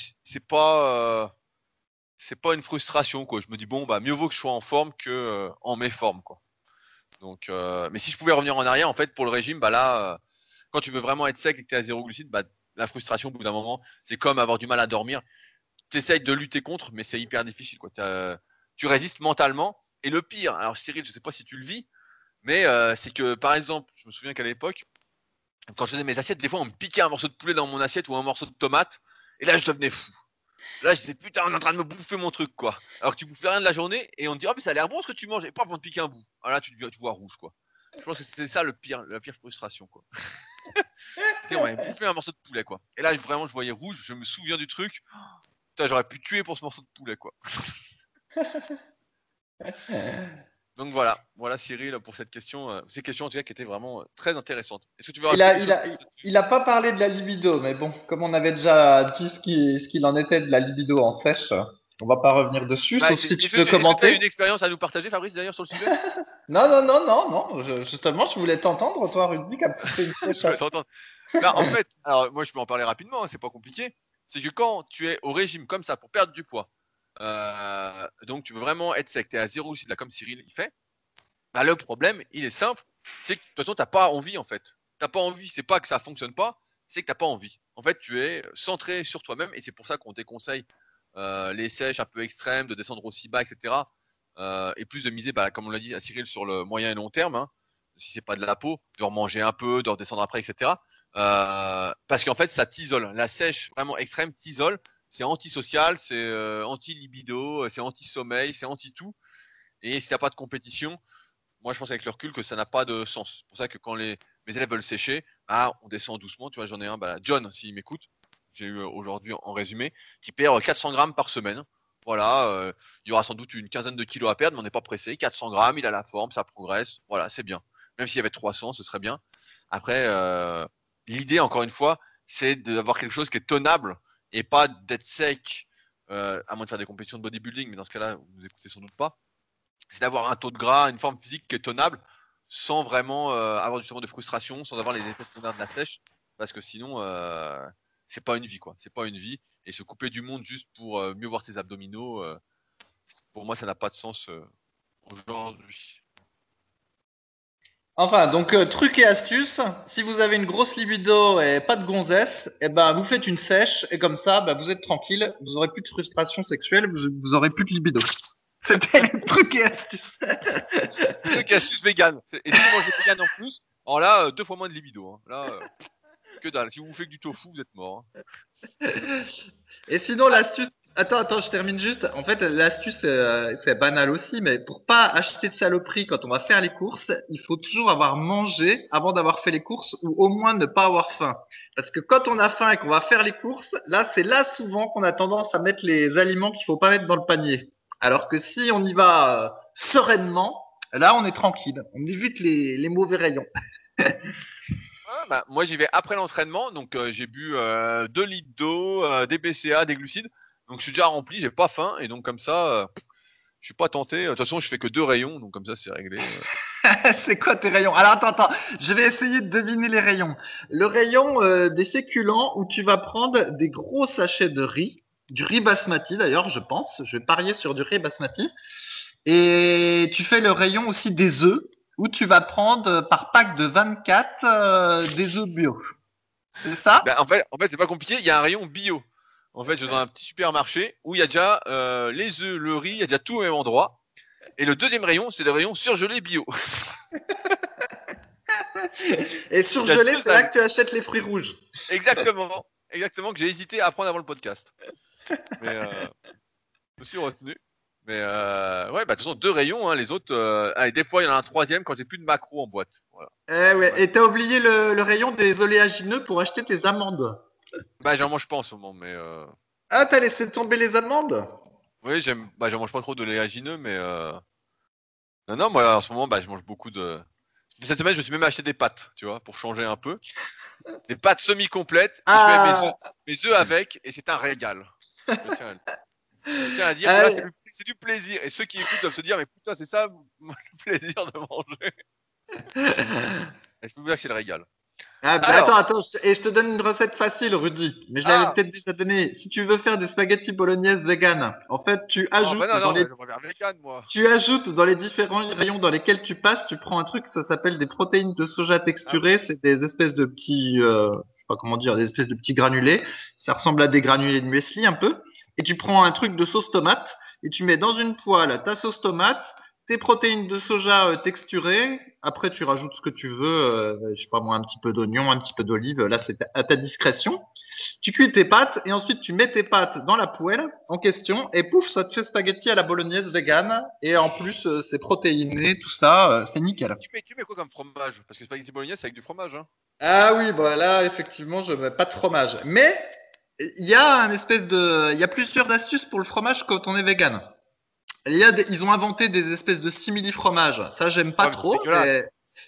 c'est pas une frustration, quoi. Je me dis, bon, bah, mieux vaut que je sois en forme que en méforme, quoi. Donc, mais si je pouvais revenir en arrière, en fait, pour le régime, bah là, quand tu veux vraiment être sec et que tu es à zéro glucide, bah, la frustration, au bout d'un moment, c'est comme avoir du mal à dormir. Tu essayes de lutter contre, mais c'est hyper difficile, quoi. Tu résistes mentalement. Et le pire, alors Cyril, je sais pas si tu le vis, mais c'est que, par exemple, je me souviens qu'à l'époque, quand je faisais mes assiettes, des fois, on me piquait un morceau de poulet dans mon assiette ou un morceau de tomate, et là, je devenais fou. Là, je disais, putain, on est en train de me bouffer mon truc, quoi. Alors que tu bouffais rien de la journée, et on te dit, oh, mais ça a l'air bon ce que tu manges, et pas avant de piquer un bout. Ah là, tu vois rouge, quoi. Je pense que c'était ça la pire frustration, quoi. C'était, on m'avait bouffé un morceau de poulet, quoi. Et là, vraiment, je voyais rouge, je me souviens du truc. Putain, j'aurais pu tuer pour ce morceau de poulet, quoi. Donc voilà Cyril pour cette question, ces questions en tout cas qui étaient vraiment très intéressantes. Est-ce que tu veux Il rajouter a, quelque il chose a, il a pas parlé de la libido, mais bon, comme on avait déjà dit ce qu'il en était de la libido en sèche, on va pas revenir dessus, bah, sauf si tu est-ce veux que tu as commenter. une expérience à nous partager, Fabrice, d'ailleurs, sur le sujet? Non, non, non, non, non. Justement, je voulais t'entendre, toi, Rudy, qui a poussé une flèche Je à... veux t'entendre. Bah, en fait, alors moi je peux en parler rapidement, hein, c'est pas compliqué. C'est que quand tu es au régime comme ça pour perdre du poids, donc tu veux vraiment être sec, tu es à zéro aussi, là, comme Cyril il fait, bah, le problème, il est simple, c'est que de toute façon, tu n'as pas envie en fait. Tu n'as pas envie, c'est pas que ça fonctionne pas, c'est que tu n'as pas envie. En fait, tu es centré sur toi-même et c'est pour ça qu'on déconseille les sèches un peu extrêmes, de descendre aussi bas, etc. Et plus de miser, bah, comme on l'a dit à Cyril, sur le moyen et long terme, hein, si c'est pas de la peau, de remanger un peu, de redescendre après, etc. Parce qu'en fait, ça t'isole. La sèche vraiment extrême t'isole. C'est antisocial, c'est anti-libido, c'est anti-sommeil, c'est anti-tout. Et si t'as pas de compétition, moi je pense avec le recul que ça n'a pas de sens. C'est pour ça que quand mes élèves veulent sécher, ah, on descend doucement. Tu vois, j'en ai un, bah, John, s'il m'écoute, j'ai eu aujourd'hui en résumé, qui perd 400 grammes par semaine. Voilà, il y aura sans doute une quinzaine de kilos à perdre, mais on n'est pas pressé. 400 grammes, il a la forme, ça progresse. Voilà, c'est bien. Même s'il y avait 300, ce serait bien. Après, l'idée, encore une fois, c'est d'avoir quelque chose qui est tenable et pas d'être sec, à moins de faire des compétitions de bodybuilding, mais dans ce cas-là, vous écoutez sans doute pas. C'est d'avoir un taux de gras, une forme physique qui est tenable, sans vraiment avoir justement de frustration, sans avoir les effets secondaires de la sèche, parce que sinon, c'est pas une vie, quoi. C'est pas une vie. Et se couper du monde juste pour mieux voir ses abdominaux, pour moi, ça n'a pas de sens aujourd'hui. Enfin, donc, truc et astuce, si vous avez une grosse libido et pas de gonzesse, eh ben, vous faites une sèche et comme ça, bah, vous êtes tranquille, vous aurez plus de frustration sexuelle, vous aurez plus de libido. C'était le truc et astuce. Truc et astuce vegan. Et si vous mangez vegan en plus, alors là, 2 fois moins de libido. Hein. Là, que dalle. Si vous faites que du tofu, vous êtes mort. Hein. Et sinon, l'astuce, Attends, je termine juste. En fait, l'astuce, c'est banal aussi, mais pour pas acheter de saloperie quand on va faire les courses, il faut toujours avoir mangé avant d'avoir fait les courses ou au moins ne pas avoir faim. Parce que quand on a faim et qu'on va faire les courses, là, c'est là souvent qu'on a tendance à mettre les aliments qu'il faut pas mettre dans le panier. Alors que si on y va sereinement, là, on est tranquille. On évite les mauvais rayons. Ah, bah, moi, j'y vais après l'entraînement, donc j'ai bu 2 litres d'eau, des BCA, des glucides. Donc je suis déjà rempli, j'ai pas faim, et donc comme ça, je suis pas tenté. De toute façon, je fais que 2 rayons, donc comme ça, c'est réglé. C'est quoi tes rayons? Alors attends, je vais essayer de deviner les rayons. Le rayon des féculents où tu vas prendre des gros sachets de riz, du riz basmati d'ailleurs, je pense. Je vais parier sur du riz basmati. Et tu fais le rayon aussi des œufs où tu vas prendre par pack de 24 des œufs bio. C'est ça? Ben, en fait, c'est pas compliqué. Il y a un rayon bio. En fait, je vais dans un petit supermarché où il y a déjà les œufs, le riz, il y a déjà tout au même endroit. Et le deuxième rayon, c'est le rayon surgelé bio. Et Il y a surgelé, deux c'est là avis. que tu achètes les fruits rouges. Exactement, que j'ai hésité à prendre avant le podcast. Mais je me suis retenu. Mais ouais, bah de toute façon, 2 rayons, hein, les autres. Et des fois, il y en a un troisième quand j'ai plus de macros en boîte. Voilà. Eh ouais. Ouais. Et t'as oublié le rayon des oléagineux pour acheter tes amandes. Bah, j'en mange pas en ce moment, mais Ah, t'as laissé tomber les amandes? oui, j'en mange pas trop de léagineux, mais non, moi en ce moment, bah, je mange beaucoup de. Cette semaine, je me suis même acheté des pâtes, tu vois, pour changer un peu. Des pâtes semi-complètes, et je fais Ah, mes œufs avec, et c'est un régal. Je tiens, je tiens à dire que là, ah, c'est du plaisir. Et ceux qui écoutent doivent se dire, mais putain, c'est ça le plaisir de manger. Et je peux vous dire que c'est le régal. Ah, bah, Alors, et je te donne une recette facile, Rudy. Mais je l'avais ah, peut-être déjà donnée. Si tu veux faire des spaghettis bolognaise vegan, en fait, oh, bah non, non, je mange un vegan, moi. tu ajoutes dans les différents rayons dans lesquels tu passes, tu prends un truc, ça s'appelle des protéines de soja Ah oui. texturées. C'est des espèces de petits, je sais pas comment dire, des espèces de petits granulés. Ça ressemble à des granulés de muesli un peu. Et tu prends un truc de sauce tomate et tu mets dans une poêle ta sauce tomate, tes protéines de soja texturées. Après, tu rajoutes ce que tu veux, je sais pas moi, un petit peu d'oignon, un petit peu d'olive. Là, c'est à ta discrétion. Tu cuis tes pâtes et ensuite tu mets tes pâtes dans la poêle en question et pouf, ça te fait spaghetti à la bolognaise vegan et en plus c'est protéiné, tout ça, c'est nickel. Tu mets quoi comme fromage? Parce que spaghetti bolognaise, c'est avec du fromage, hein. Ah oui, bah là effectivement je mets pas de fromage, mais il y a plusieurs astuces pour le fromage quand on est vegan. Ils ont inventé des espèces de simili fromages. Ça j'aime pas Ouais, mais c'est trop, dégueulasse. mais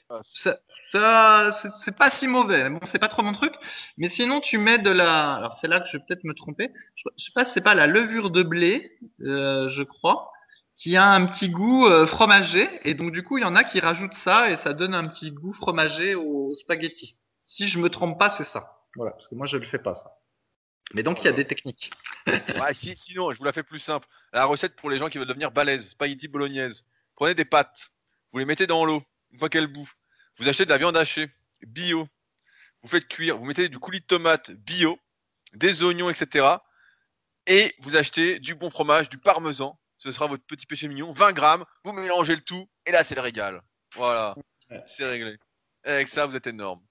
c'est pas si mauvais. Bon, c'est pas trop mon truc. Mais sinon, tu mets de la. Alors, c'est là que je vais peut-être me tromper. Je sais pas si c'est pas la levure de blé, je crois, qui a un petit goût fromager. Et donc, du coup, il y en a qui rajoutent ça et ça donne un petit goût fromager aux spaghettis. Si je me trompe pas, c'est ça. Voilà, parce que moi, je le fais pas ça. Mais donc, il y a Voilà. des techniques. Ouais, sinon, je vous la fais plus simple. La recette pour les gens qui veulent devenir balèzes, spaghetti bolognaise. Prenez des pâtes, vous les mettez dans l'eau, une fois qu'elles bouffent. Vous achetez de la viande hachée, bio. Vous faites cuire, vous mettez du coulis de tomate bio, des oignons, etc. Et vous achetez du bon fromage, du parmesan. Ce sera votre petit péché mignon. 20 grammes, vous mélangez le tout, et là, c'est le régal. Voilà, c'est réglé. Et avec ça, vous êtes énorme.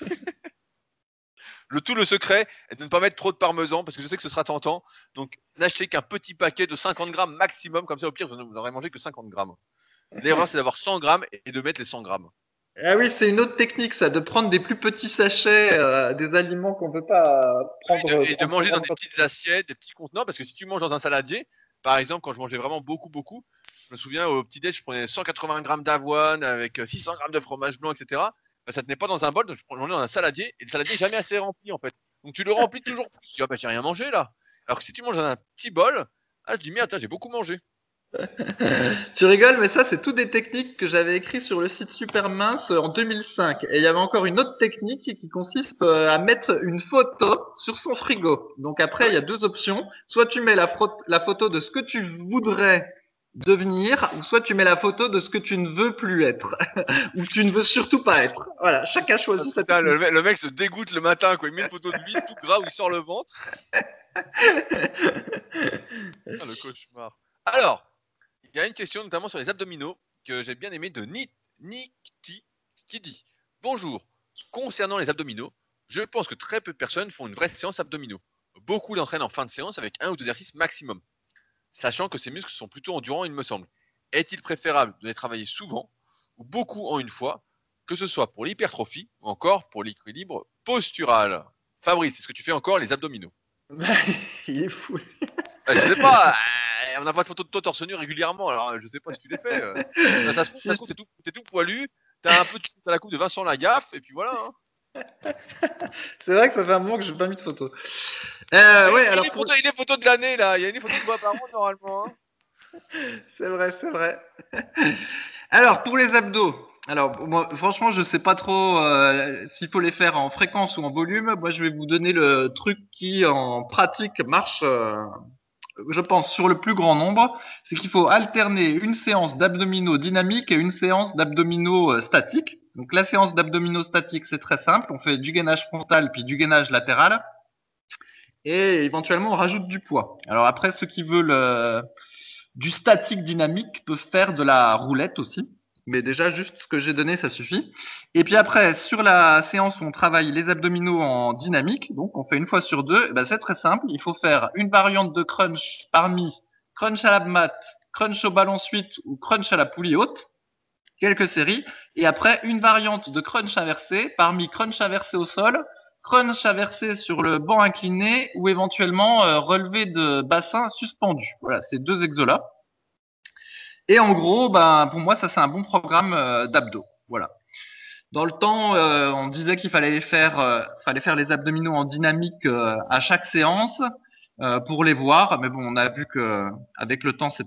Le secret est de ne pas mettre trop de parmesan parce que je sais que ce sera tentant. Donc, n'achetez qu'un petit paquet de 50 grammes maximum. Comme ça, au pire, vous n'aurez mangé que 50 grammes. L'erreur, c'est d'avoir 100 grammes et de mettre les 100 grammes. Ah oui, c'est une autre technique, ça, de prendre des plus petits sachets, des aliments qu'on peut pas Et de manger dans prendre. des petites assiettes, des petits contenants. Parce que si tu manges dans un saladier, par exemple, quand je mangeais vraiment beaucoup, je me souviens au petit-déj, je prenais 180 grammes d'avoine avec 600 grammes de fromage blanc, etc. Ben, ça tenait pas dans un bol, donc je prenais dans un saladier. Et le saladier est jamais assez rempli, en fait. Donc, tu le remplis toujours plus. Tu dis, ah, bah, j'ai rien mangé là. Alors que si tu manges dans un petit bol, ah, tu dis, merde, attends, j'ai beaucoup mangé. Tu rigoles, mais ça, c'est toutes des techniques que j'avais écrites sur le site Supermince en 2005. Et il y avait encore une autre technique qui consiste à mettre une photo sur son frigo. Donc Ah après, il y oui. a deux options. Soit tu mets la photo de ce que tu voudrais devenir, ou soit tu mets la photo de ce que tu ne veux plus être, ou tu ne veux surtout pas être. Voilà, chacun Ah, choisit sa putain, technique. le mec se dégoûte le matin, quoi. Il met une photo de lui tout gras où il sort le ventre. Ah, le cauchemar. Alors, il y a une question notamment sur les abdominaux que j'ai bien aimé de Nikti qui dit: Bonjour, concernant les abdominaux, je pense que très peu de personnes font une vraie séance abdominaux. beaucoup d'entraînent en fin de séance avec 1 ou 2 exercices maximum, sachant que ces muscles sont plutôt endurants, il me semble. Est-il préférable de les travailler souvent ou beaucoup en une fois, que ce soit pour l'hypertrophie ou encore pour l'équilibre postural? Fabrice, est-ce que tu fais encore les abdominaux? Il est fou. Je sais pas, on n'a pas de photo de toi torse nu régulièrement, alors je sais pas si tu les fais. Ça se trouve, t'es tout poilu, t'as un peu de la coupe de Vincent Lagaffe, et puis voilà. Hein. C'est vrai que ça fait un moment que j'ai pas mis de photo. Ouais, alors il est photos de l'année là, il y a une photo de toi par an normalement. Hein. c'est vrai, c'est vrai. Alors pour les abdos, alors moi franchement je sais pas trop s'il faut les faire en fréquence ou en volume. Moi je vais vous donner le truc qui en pratique marche, je pense sur le plus grand nombre, c'est qu'il faut alterner une séance d'abdominaux dynamiques et une séance d'abdominaux statiques. Donc la séance d'abdominaux statiques c'est très simple, on fait du gainage frontal puis du gainage latéral et éventuellement on rajoute du poids. Alors après ceux qui veulent du statique dynamique peuvent faire de la roulette aussi. Mais déjà, juste ce que j'ai donné, ça suffit. Et puis après, sur la séance où on travaille les abdominaux en dynamique, donc on fait une fois sur deux, ben c'est très simple. Il faut faire une variante de crunch parmi crunch à la mat, crunch au ballon suite ou crunch à la poulie haute, quelques séries. Et après, une variante de crunch inversé parmi crunch inversé au sol, crunch inversé sur le banc incliné ou éventuellement relevé de bassin suspendu. Voilà, ces deux exos-là. Et en gros, ben, pour moi, ça c'est un bon programme d'abdos. Voilà. Dans le temps, on disait qu'il fallait faire les abdominaux en dynamique à chaque séance pour les voir, mais bon, on a vu que avec le temps,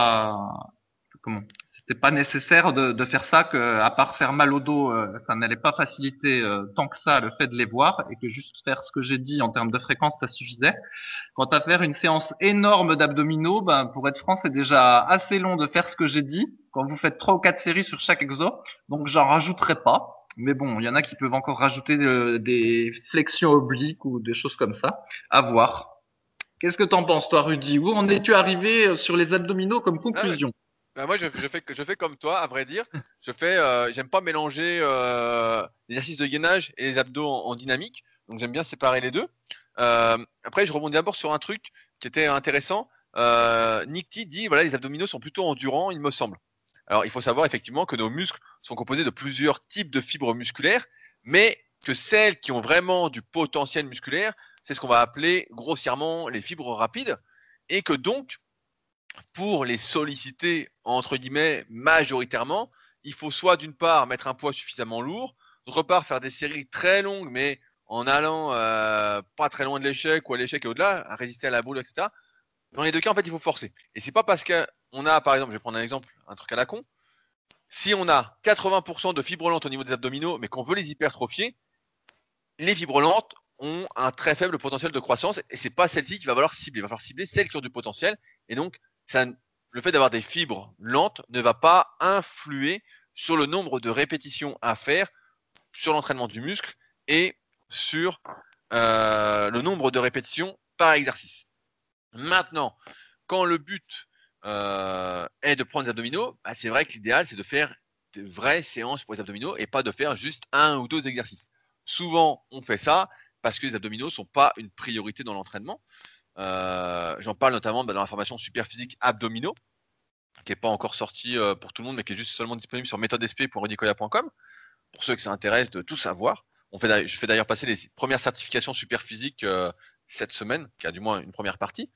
c'était pas nécessaire de faire ça, que à part faire mal au dos, ça n'allait pas faciliter tant que ça le fait de les voir, et que juste faire ce que j'ai dit en termes de fréquence, ça suffisait. Quant à faire une séance énorme d'abdominaux, ben, pour être franc, c'est déjà assez long de faire ce que j'ai dit. Quand vous faites 3 ou 4 séries sur chaque exo, donc j'en rajouterai pas. Mais bon, il y en a qui peuvent encore rajouter des flexions obliques ou des choses comme ça. À voir. Qu'est-ce que t'en penses, toi, Rudy? Où en es-tu arrivé sur les abdominaux comme Ah ouais. conclusion? Bah, moi, je fais comme toi, à vrai dire. J'aime pas mélanger l'exercice de gainage et les abdos en dynamique. Donc, j'aime bien séparer les deux. Après, je rebondis d'abord sur un truc qui était intéressant. Nick T dit, voilà, les abdominaux sont plutôt endurants, il me semble. Alors, il faut savoir effectivement que nos muscles sont composés de plusieurs types de fibres musculaires, mais que celles qui ont vraiment du potentiel musculaire, c'est ce qu'on va appeler grossièrement les fibres rapides, et que donc, pour les solliciter, entre guillemets, majoritairement, il faut soit d'une part mettre un poids suffisamment lourd, d'autre part faire des séries très longues, mais en allant pas très loin de l'échec ou à l'échec et au-delà, à résister à la boule, etc. Dans les deux cas, en fait, il faut forcer. Et c'est pas parce qu'on a, par exemple, je vais prendre un exemple, un truc à la con, si on a 80% de fibres lentes au niveau des abdominaux, mais qu'on veut les hypertrophier, les fibres lentes ont un très faible potentiel de croissance et c'est pas celle-ci qu'il va falloir cibler. Il va falloir cibler celles qui ont du potentiel et donc le fait d'avoir des fibres lentes ne va pas influer sur le nombre de répétitions à faire, sur l'entraînement du muscle et sur le nombre de répétitions par exercice. Maintenant, quand le but est de prendre des abdominaux, bah, c'est vrai que l'idéal c'est de faire de vraies séances pour les abdominaux et pas de faire juste 1 ou 2 exercices. Souvent, on fait ça parce que les abdominaux ne sont pas une priorité dans l'entraînement. J'en parle notamment dans la formation super physique abdominaux, qui n'est pas encore sortie pour tout le monde, mais qui est juste seulement disponible sur méthodesp.rudicoya.com, pour ceux que ça intéresse de tout savoir. Je fais d'ailleurs passer les premières certifications super physiques cette semaine, qui a du moins une première partie.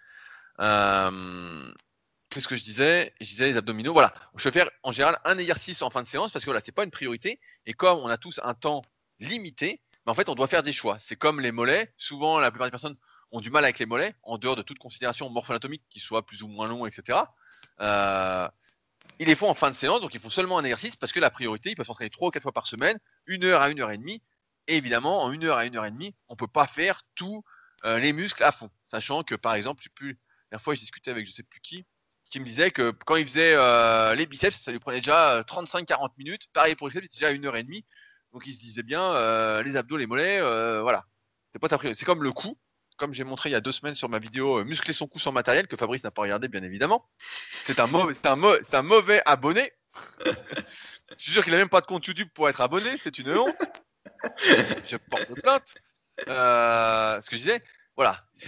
Qu'est-ce que je disais? Je disais les abdominaux. Voilà, je vais faire en général un exercice en fin de séance parce que voilà, c'est pas une priorité. Et comme on a tous un temps limité, mais en fait, on doit faire des choix. C'est comme les mollets. Souvent, la plupart des personnes ont du mal avec les mollets, en dehors de toute considération morpho-anatomique qui soit plus ou moins long, etc. Ils les font en fin de séance, donc ils font seulement un exercice parce que la priorité, ils peuvent s'entraîner 3 ou 4 fois par semaine, 1 heure à 1 heure et demie. Et évidemment, en 1 heure à 1 heure et demie, on ne peut pas faire tous les muscles à fond. Sachant que, par exemple, la dernière fois, je discutais avec je sais plus qui me disait que quand il faisait les biceps, ça lui prenait déjà 35-40 minutes. Pareil pour les triceps, c'était déjà 1 heure et demie. Donc il se disait bien, les abdos, les mollets, voilà. C'est pas ta priorité. C'est comme le cou, comme j'ai montré il y a 2 semaines sur ma vidéo muscler son cou sans matériel, que Fabrice n'a pas regardé, bien évidemment. C'est un mauvais abonné. Je suis sûr qu'il n'a même pas de compte YouTube pour être abonné, c'est une honte. Je porte plainte. Ce que je disais, voilà, c'est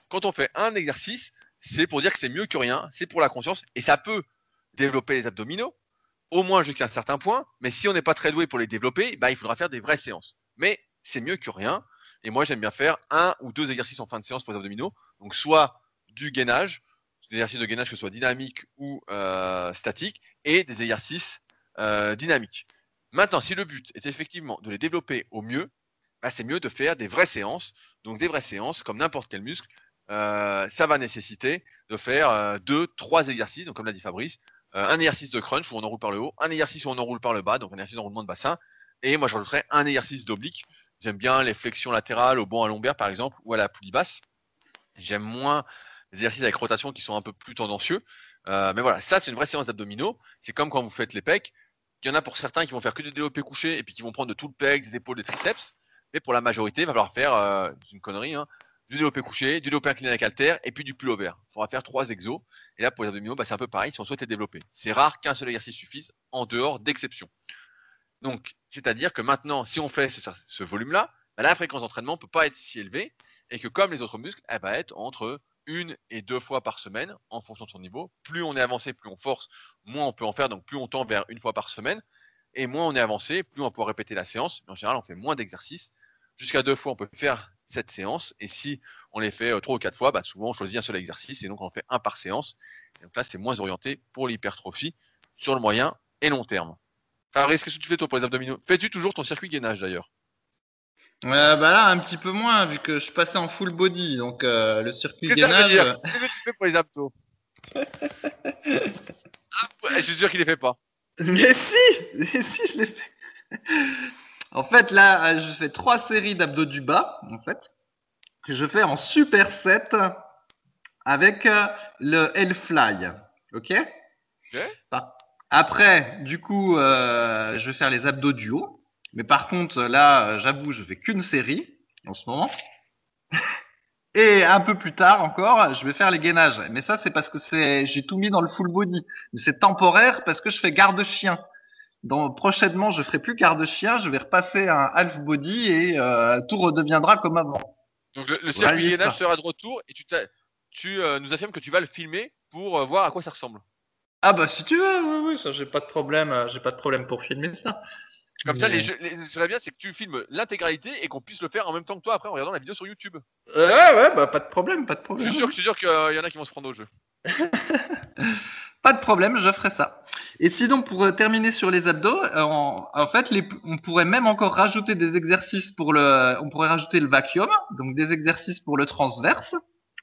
quand on fait un exercice, c'est pour dire que c'est mieux que rien, c'est pour la conscience, et ça peut développer les abdominaux, au moins jusqu'à un certain point, mais si on n'est pas très doué pour les développer, bah, il faudra faire des vraies séances. Mais c'est mieux que rien, et moi j'aime bien faire 1 ou 2 exercices en fin de séance pour les abdominaux, donc soit du gainage, des exercices de gainage que ce soit dynamique ou statique, et des exercices dynamiques. Maintenant, si le but est effectivement de les développer au mieux, bah, c'est mieux de faire des vraies séances. Donc des vraies séances, comme n'importe quel muscle, ça va nécessiter de faire 2-3 exercices, donc comme l'a dit Fabrice, un exercice de crunch où on enroule par le haut, un exercice où on enroule par le bas, donc un exercice d'enroulement de bassin, et moi je rajouterais un exercice d'oblique. J'aime bien les flexions latérales au banc à lombaire par exemple, ou à la poulie basse. J'aime moins les exercices avec rotation qui sont un peu plus tendancieux. Mais voilà, ça c'est une vraie séance d'abdominaux. C'est comme quand vous faites les pecs. Il y en a pour certains qui vont faire que du développé couché et puis qui vont prendre de tout le pec, des épaules, des triceps. Mais pour la majorité, il va falloir faire, c'est une connerie, hein, du développé couché, du développé incliné avec haltère et puis du pullover. Il faudra faire 3 exos. Et là, pour les abdominaux, bah, c'est un peu pareil si on souhaite les développer. C'est rare qu'un seul exercice suffise en dehors d'exceptions. Donc, c'est-à-dire que maintenant, si on fait ce volume-là, bah, la fréquence d'entraînement ne peut pas être si élevée et que comme les autres muscles, elle va être entre 1 et 2 fois par semaine en fonction de son niveau. Plus on est avancé, plus on force, moins on peut en faire. Donc, plus on tend vers 1 fois par semaine. Et moins on est avancé, plus on peut répéter la séance. Mais en général, on fait moins d'exercices. Jusqu'à 2 fois, on peut faire cette séance. Et si on les fait 3 ou 4 fois, bah, souvent on choisit un seul exercice et donc on en fait un par séance. Et donc là, c'est moins orienté pour l'hypertrophie sur le moyen et long terme. Fabrice, qu'est-ce que tu fais toi pour les abdominaux? Fais-tu toujours ton circuit gainage d'ailleurs? Bah là, un petit peu moins, vu que je suis passé en full body, donc le circuit Qu'est-ce que ça veut gainage. dire? Qu'est-ce que tu fais pour les abdos? Je suis sûr qu'il les fait pas. Mais si, je l'ai fait. En fait, là, je fais 3 séries d'abdos du bas, en fait, que je fais en superset avec le L-Fly. Ok? Ok. Après, du coup, je vais faire les abdos du haut. Mais par contre, là, j'avoue, je fais qu'une série en ce moment. Et un peu plus tard encore, je vais faire les gainages. Mais ça, c'est parce que j'ai tout mis dans le full body. Mais c'est temporaire parce que je fais garde-chien. Donc, prochainement, je ferai plus garde-chien, je vais repasser un half body et tout redeviendra comme avant. Donc le Voilà, circuit gainage ça. sera de retour et tu nous affirmes que tu vas le filmer pour voir à quoi ça ressemble. Ah bah si tu veux, oui, ça j'ai pas de problème, pour filmer ça. Comme ça, Mais- ce qui serait bien, c'est que tu filmes l'intégralité et qu'on puisse le faire en même temps que toi après en regardant la vidéo sur YouTube. Ouais, bah pas de problème. Je suis sûr qu'il y en a qui vont se prendre au jeu. Pas de problème, je ferai ça. Et sinon, pour terminer sur les abdos, en fait, on pourrait même encore rajouter des exercices on pourrait rajouter le vacuum, donc des exercices pour le transverse,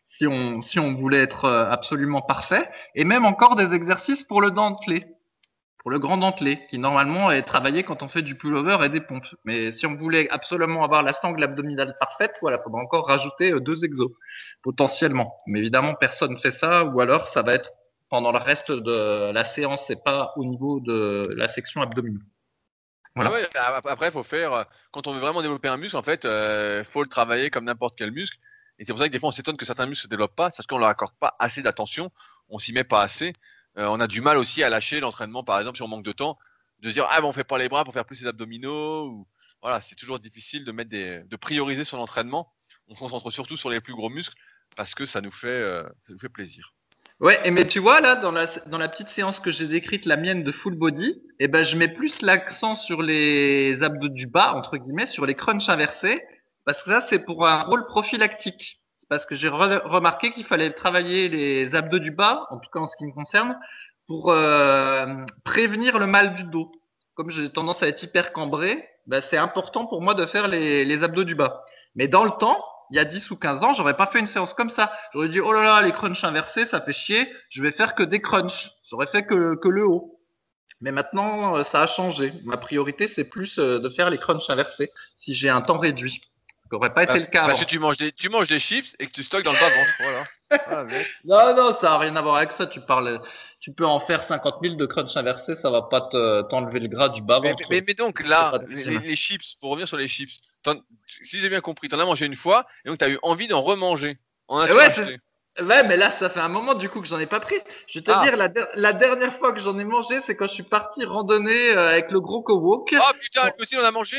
si on voulait être absolument parfait, et même encore des exercices pour le dentelé, pour le grand dentelé, qui normalement est travaillé quand on fait du pullover et des pompes. Mais si on voulait absolument avoir la sangle abdominale parfaite, voilà, faudra encore rajouter 2 exos, potentiellement. Mais évidemment, personne fait ça, ou alors ça va être pendant le reste de la séance, c'est pas au niveau de la section abdominale. Voilà. Ouais, après, il faut faire. Quand on veut vraiment développer un muscle, en fait, faut le travailler comme n'importe quel muscle. Et c'est pour ça que des fois, on s'étonne que certains muscles se développent pas, c'est parce qu'on leur accorde pas assez d'attention, on s'y met pas assez. On a du mal aussi à lâcher l'entraînement, par exemple, si on manque de temps, de se dire ah ben on fait pas les bras pour faire plus les abdominaux. Ou voilà, c'est toujours difficile de prioriser son entraînement. On se concentre surtout sur les plus gros muscles parce que ça nous fait plaisir. Ouais, mais tu vois, là, dans la petite séance que j'ai décrite, la mienne de full body, eh ben, je mets plus l'accent sur les abdos du bas, entre guillemets, sur les crunchs inversés, parce que ça, c'est pour un rôle prophylactique. C'est parce que j'ai remarqué qu'il fallait travailler les abdos du bas, en tout cas en ce qui me concerne, pour prévenir le mal du dos. Comme j'ai tendance à être hyper cambré, ben, c'est important pour moi de faire les abdos du bas. Mais dans le temps, il y a 10 ou 15 ans, j'aurais pas fait une séance comme ça. J'aurais dit, oh là là, les crunchs inversés, ça fait chier, je vais faire que des crunchs. J'aurais fait que le haut. Mais maintenant, ça a changé. Ma priorité, c'est plus de faire les crunchs inversés, si j'ai un temps réduit. Ce qui n'aurait pas été le cas Parce avant. que tu manges des chips et que tu stockes dans le bas-ventre. Voilà. Voilà, mec. Non, ça n'a rien à voir avec ça. Tu peux en faire 50 000 de crunchs inversés, ça va pas t'enlever le gras du bas-ventre. Mais donc là, les chips, pour revenir sur les chips, si j'ai bien compris, t'en as mangé une fois et donc t'as eu envie d'en remanger. En as-tu racheté? Ouais, mais là, ça fait un moment du coup que j'en ai pas pris. Je vais te dire, la dernière fois que j'en ai mangé, c'est quand je suis parti randonner avec le gros Kowok. Oh putain, lui aussi on a mangé?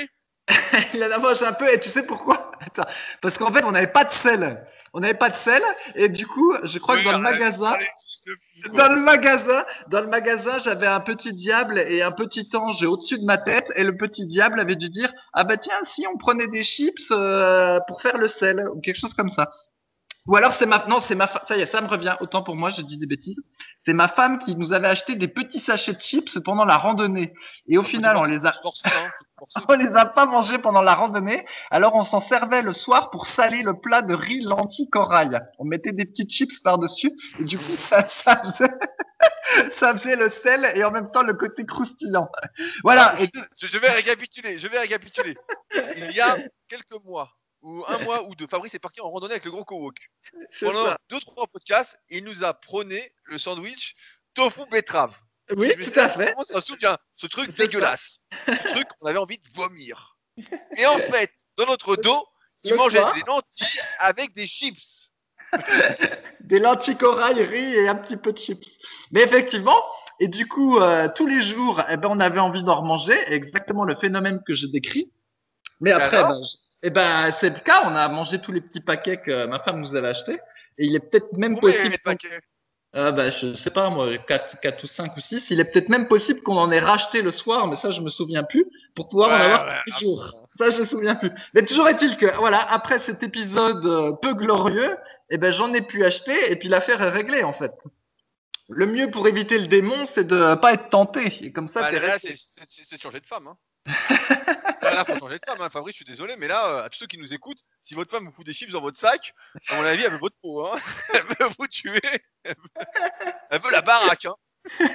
Il en a mangé un peu, et tu sais pourquoi? Attends, parce qu'en fait, on n'avait pas de sel. On n'avait pas de sel, et du coup, je crois que dans le magasin, j'avais un petit diable et un petit ange au-dessus de ma tête, et le petit diable avait dû dire, ah bah tiens, si on prenait des chips pour faire le sel, ou quelque chose comme ça. Ou alors ça y est, ça me revient. Autant pour moi, je dis des bêtises. C'est ma femme qui nous avait acheté des petits sachets de chips pendant la randonnée. Et au final, on les a pas mangés pendant la randonnée. Alors on s'en servait le soir pour saler le plat de riz lentilles corail. On mettait des petites chips par-dessus. Et du coup, ça faisait le sel et en même temps le côté croustillant. Voilà. Je vais récapituler. Il y a quelques mois, ou un mois ou deux, Fabrice est parti en randonnée avec le gros co-walk. Pendant 2-3 podcasts, il nous a prôné le sandwich tofu betterave. Oui, tout à fait. On s'en souvient, ce truc dégueulasse. Ce truc qu'on avait envie de vomir. Et en fait, dans notre dos, il mangeait des lentilles avec des chips. Des lentilles corail, riz et un petit peu de chips. Mais effectivement, et du coup, tous les jours, on avait envie d'en remanger, exactement le phénomène que je décris. Mais après, c'est le cas, on a mangé tous les petits paquets que ma femme nous avait achetés. Et il est peut-être même possible. Je sais pas, moi, 4 ou 5 ou 6. Il est peut-être même possible qu'on en ait racheté le soir, mais ça, je me souviens plus, pour pouvoir en avoir tous les jours. Ça, je me souviens plus. Mais toujours est-il que, voilà, après cet épisode peu glorieux, j'en ai pu acheter, et puis l'affaire est réglée, en fait. Le mieux pour éviter le démon, c'est de pas être tenté. Et comme ça, là, c'est de changer de femme, hein. Là, faut changer de femme, hein. Fabrice, je suis désolé, mais là, à tous ceux qui nous écoutent, si votre femme vous fout des chips dans votre sac, à mon avis, elle veut votre peau, hein. Elle veut vous tuer. Elle veut la baraque, hein.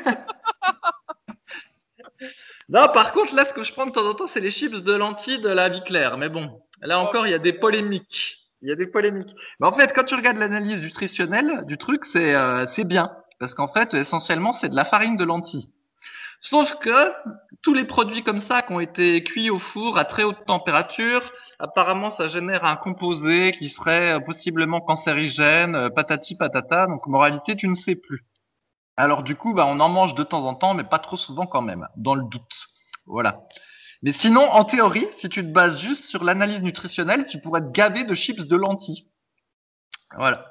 Non, par contre, là, ce que je prends de temps en temps, c'est les chips de lentilles de la vie claire. Mais bon, là encore, il y a des polémiques. Mais en fait, quand tu regardes l'analyse nutritionnelle du truc, c'est bien. Parce qu'en fait, essentiellement, c'est de la farine de lentilles. Sauf que tous les produits comme ça qui ont été cuits au four à très haute température, apparemment ça génère un composé qui serait possiblement cancérigène, patati patata, donc moralité tu ne sais plus. Alors du coup, on en mange de temps en temps, mais pas trop souvent quand même, dans le doute. Voilà. Mais sinon, en théorie, si tu te bases juste sur l'analyse nutritionnelle, tu pourrais te gaver de chips de lentilles. Voilà.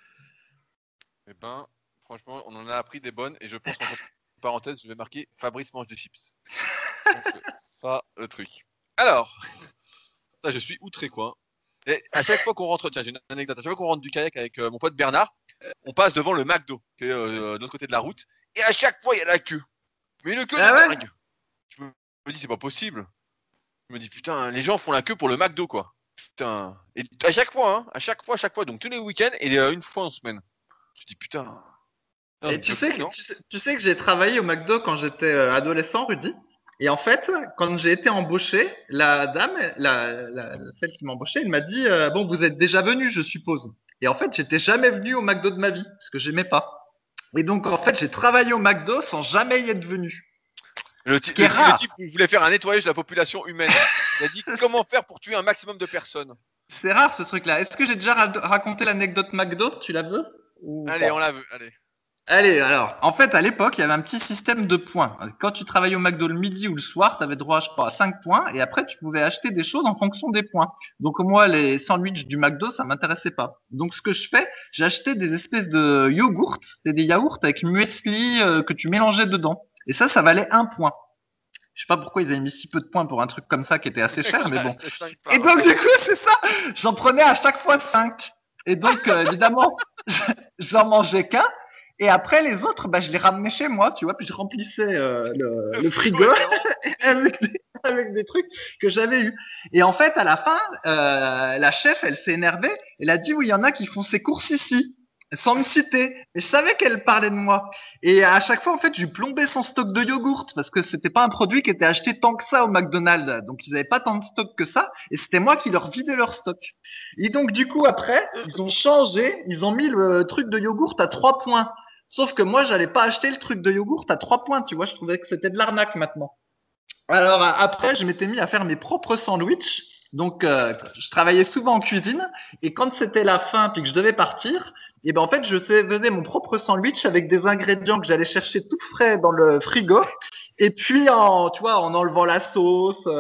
Eh ben, franchement, on en a appris des bonnes, et je pense qu'en parenthèse, je vais marquer Fabrice mange des chips. Ça, le truc. Alors, ça, je suis outré, quoi. Et à chaque fois qu'on rentre, tiens, j'ai une anecdote. À chaque fois qu'on rentre du kayak avec mon pote Bernard, on passe devant le McDo, qui est de l'autre côté de la route, et à chaque fois, il y a la queue. Mais une queue de dingue. Je me dis, c'est pas possible. Je me dis, putain, les gens font la queue pour le McDo, quoi. Putain. Et à chaque fois, hein, à chaque fois, donc tous les week-ends et une fois en semaine. Je me dis, putain. Et tu sais que j'ai travaillé au McDo quand j'étais adolescent, Rudy. Et en fait, quand j'ai été embauché, la dame, celle qui m'a embauché, elle m'a dit bon, vous êtes déjà venu, je suppose. Et en fait, j'étais jamais venu au McDo de ma vie parce que j'aimais pas. Et donc en fait, j'ai travaillé au McDo sans jamais y être venu. Le type voulait faire un nettoyage de la population humaine. Il a dit comment faire pour tuer un maximum de personnes. C'est rare ce truc-là. Est-ce que j'ai déjà raconté l'anecdote McDo? Tu la veux? Allez, on la veut. Allez, alors, en fait, à l'époque, il y avait un petit système de points. Quand tu travaillais au McDo le midi ou le soir, tu avais droit, je crois, à 5 points, et après, tu pouvais acheter des choses en fonction des points. Donc, moi, les sandwichs du McDo, ça m'intéressait pas. Donc, ce que je fais, j'ai acheté des espèces de yogourts, c'est des yaourts avec muesli que tu mélangeais dedans. Et ça valait 1 point. Je sais pas pourquoi ils avaient mis si peu de points pour un truc comme ça qui était assez cher, mais bon. Et donc, du coup, c'est ça, j'en prenais à chaque fois 5. Et donc, évidemment, j'en mangeais qu'un. Et après, les autres, je les ramenais chez moi, tu vois, puis je remplissais le frigo avec des trucs que j'avais eu. Et en fait, à la fin, la chef, elle s'est énervée. Elle a dit, oui, il y en a qui font ces courses ici, sans me citer. Et je savais qu'elle parlait de moi. Et à chaque fois, en fait, je lui plombais son stock de yogourt, parce que c'était pas un produit qui était acheté tant que ça au McDonald's. Donc, ils avaient pas tant de stock que ça. Et c'était moi qui leur vidais leur stock. Et donc, du coup, après, ils ont changé. Ils ont mis le truc de yogourt à 3 points. Sauf que moi, j'allais pas acheter le truc de yogourt à 3 points, tu vois, je trouvais que c'était de l'arnaque maintenant. Alors après, je m'étais mis à faire mes propres sandwichs. Donc, je travaillais souvent en cuisine. Et quand c'était la fin puis que je devais partir, et en fait, je faisais mon propre sandwich avec des ingrédients que j'allais chercher tout frais dans le frigo. Et puis, en enlevant la sauce,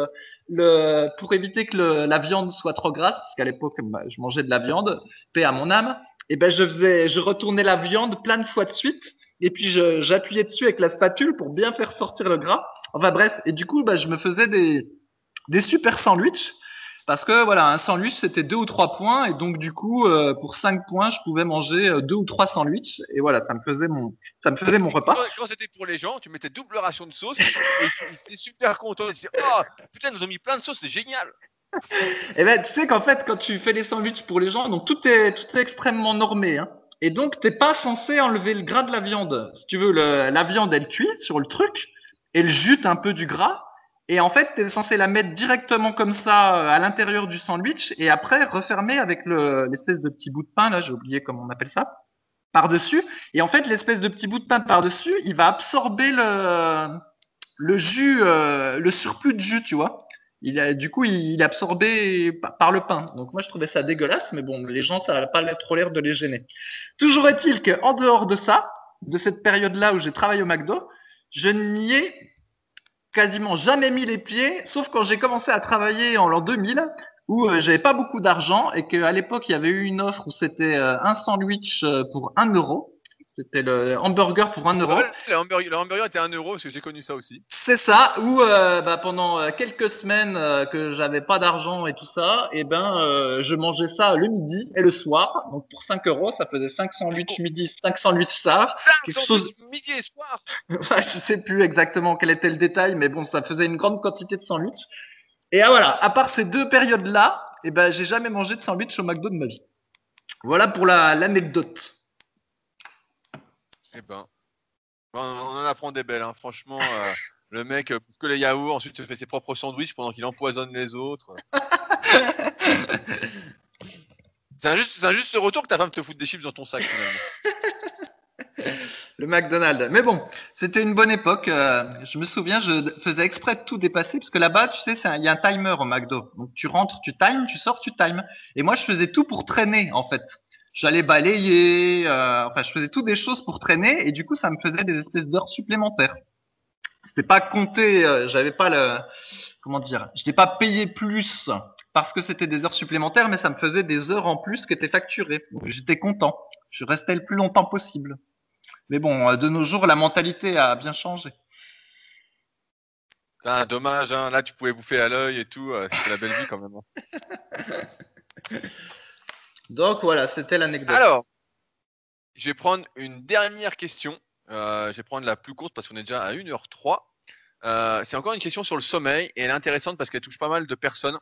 pour éviter que la viande soit trop grasse, parce qu'à l'époque, je mangeais de la viande, paix à mon âme, et ben je retournais la viande plein de fois de suite, et puis j'appuyais dessus avec la spatule pour bien faire sortir le gras. Enfin bref, et du coup, je me faisais des super sandwichs. Parce que voilà, un sandwich c'était 2 ou 3 points et donc du coup pour 5 points je pouvais manger 2 ou 3 sandwichs et voilà ça me faisait mon repas. Quand c'était pour les gens, tu mettais double ration de sauce et ils étaient super contents. Ils disaient oh putain ils nous ont mis plein de sauce, c'est génial. Et ben tu sais qu'en fait quand tu fais des sandwichs pour les gens donc tout est extrêmement normé hein. Et donc t'es pas censé enlever le gras de la viande. Si tu veux la viande elle cuit sur le truc, elle jute un peu du gras. Et en fait, tu es censé la mettre directement comme ça à l'intérieur du sandwich et après refermer avec l'espèce de petit bout de pain, là, j'ai oublié comment on appelle ça, par-dessus. Et en fait, l'espèce de petit bout de pain par-dessus, il va absorber le jus, le surplus de jus, tu vois. Du coup, il est absorbé par le pain. Donc moi, je trouvais ça dégueulasse, mais bon, les gens, ça n'a pas trop l'air de les gêner. Toujours est-il qu'en dehors de ça, de cette période-là où j'ai travaillé au McDo, je n'y ai quasiment jamais mis les pieds, sauf quand j'ai commencé à travailler en l'an 2000, où j'avais pas beaucoup d'argent et qu'à l'époque il y avait eu une offre où c'était un sandwich pour 1 euro. C'était le hamburger pour 1 euro. Ouais, le hamburger était 1 euro parce que j'ai connu ça aussi. C'est ça, où pendant quelques semaines que j'avais pas d'argent et tout ça, et je mangeais ça le midi et le soir. Donc pour 5 euros, ça faisait 5 sandwichs midi, 5 sandwichs soir. 5 sandwichs midi et soir. Enfin, je sais plus exactement quel était le détail, mais bon, ça faisait une grande quantité de sandwichs. Et voilà, à part ces 2 périodes-là, j'ai jamais mangé de sandwich au McDo de ma vie. Voilà pour l'anecdote. Eh ben, on en apprend des belles, hein. Franchement, le mec bouffe que les yaourts, ensuite se fait ses propres sandwichs pendant qu'il empoisonne les autres. C'est un juste retour que ta femme te foute des chips dans ton sac finalement. Le McDonald's. Mais bon, c'était une bonne époque. Je me souviens, je faisais exprès de tout dépasser parce que là-bas, tu sais, il y a un timer au McDo. Donc tu rentres, tu times, tu sors, tu times. Et moi, je faisais tout pour traîner en fait. J'allais balayer, je faisais toutes des choses pour traîner et du coup, ça me faisait des espèces d'heures supplémentaires. C'était pas compté, j'avais pas je n'ai pas payé plus parce que c'était des heures supplémentaires, mais ça me faisait des heures en plus qui étaient facturées. Donc j'étais content. Je restais le plus longtemps possible. Mais bon, de nos jours, la mentalité a bien changé. Dommage, hein. Là tu pouvais bouffer à l'œil et tout, c'était la belle vie quand même. Donc voilà, c'était l'anecdote. Alors, je vais prendre une dernière question. Je vais prendre la plus courte parce qu'on est déjà à 1h03. C'est encore une question sur le sommeil et elle est intéressante parce qu'elle touche pas mal de personnes.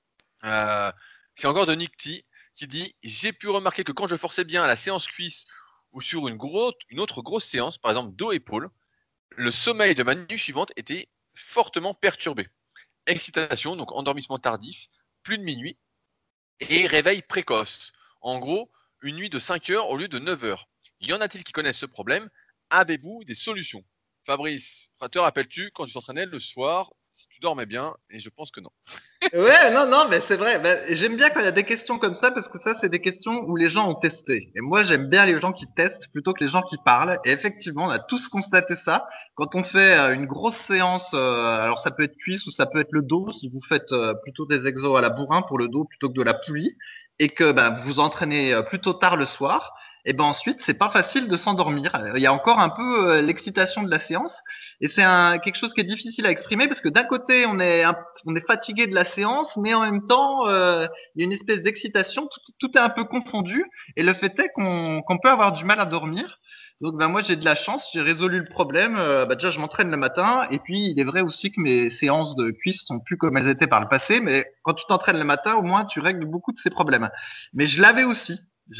C'est encore de Nick T qui dit « J'ai pu remarquer que quand je forçais bien à la séance cuisse ou sur une autre grosse séance, par exemple dos-épaule, le sommeil de ma nuit suivante était fortement perturbé. Excitation, donc endormissement tardif, plus de minuit et réveil précoce. En gros, une nuit de 5 heures au lieu de 9 heures. Y en a-t-il qui connaissent ce problème? Avez-vous des solutions? Fabrice, te rappelles-tu quand tu t'entraînais le soir, si tu dormais bien? Et je pense que non. Ouais, non, mais c'est vrai. J'aime bien quand il y a des questions comme ça parce que ça, c'est des questions où les gens ont testé. Et moi, j'aime bien les gens qui testent plutôt que les gens qui parlent. Et effectivement, on a tous constaté ça. Quand on fait une grosse séance, alors ça peut être cuisse ou ça peut être le dos, si vous faites plutôt des exos à la bourrin pour le dos plutôt que de la pluie, et que vous vous entraînez plutôt tard le soir, et ensuite c'est pas facile de s'endormir. Il y a encore un peu l'excitation de la séance et c'est quelque chose qui est difficile à exprimer parce que d'un côté on est fatigué de la séance, mais en même temps il y a une espèce d'excitation, tout est un peu confondu et le fait est qu'on peut avoir du mal à dormir. Donc moi j'ai de la chance, j'ai résolu le problème. Déjà je m'entraîne le matin et puis il est vrai aussi que mes séances de cuisses sont plus comme elles étaient par le passé, mais quand tu t'entraînes le matin au moins tu règles beaucoup de ces problèmes. Mais j'avais aussi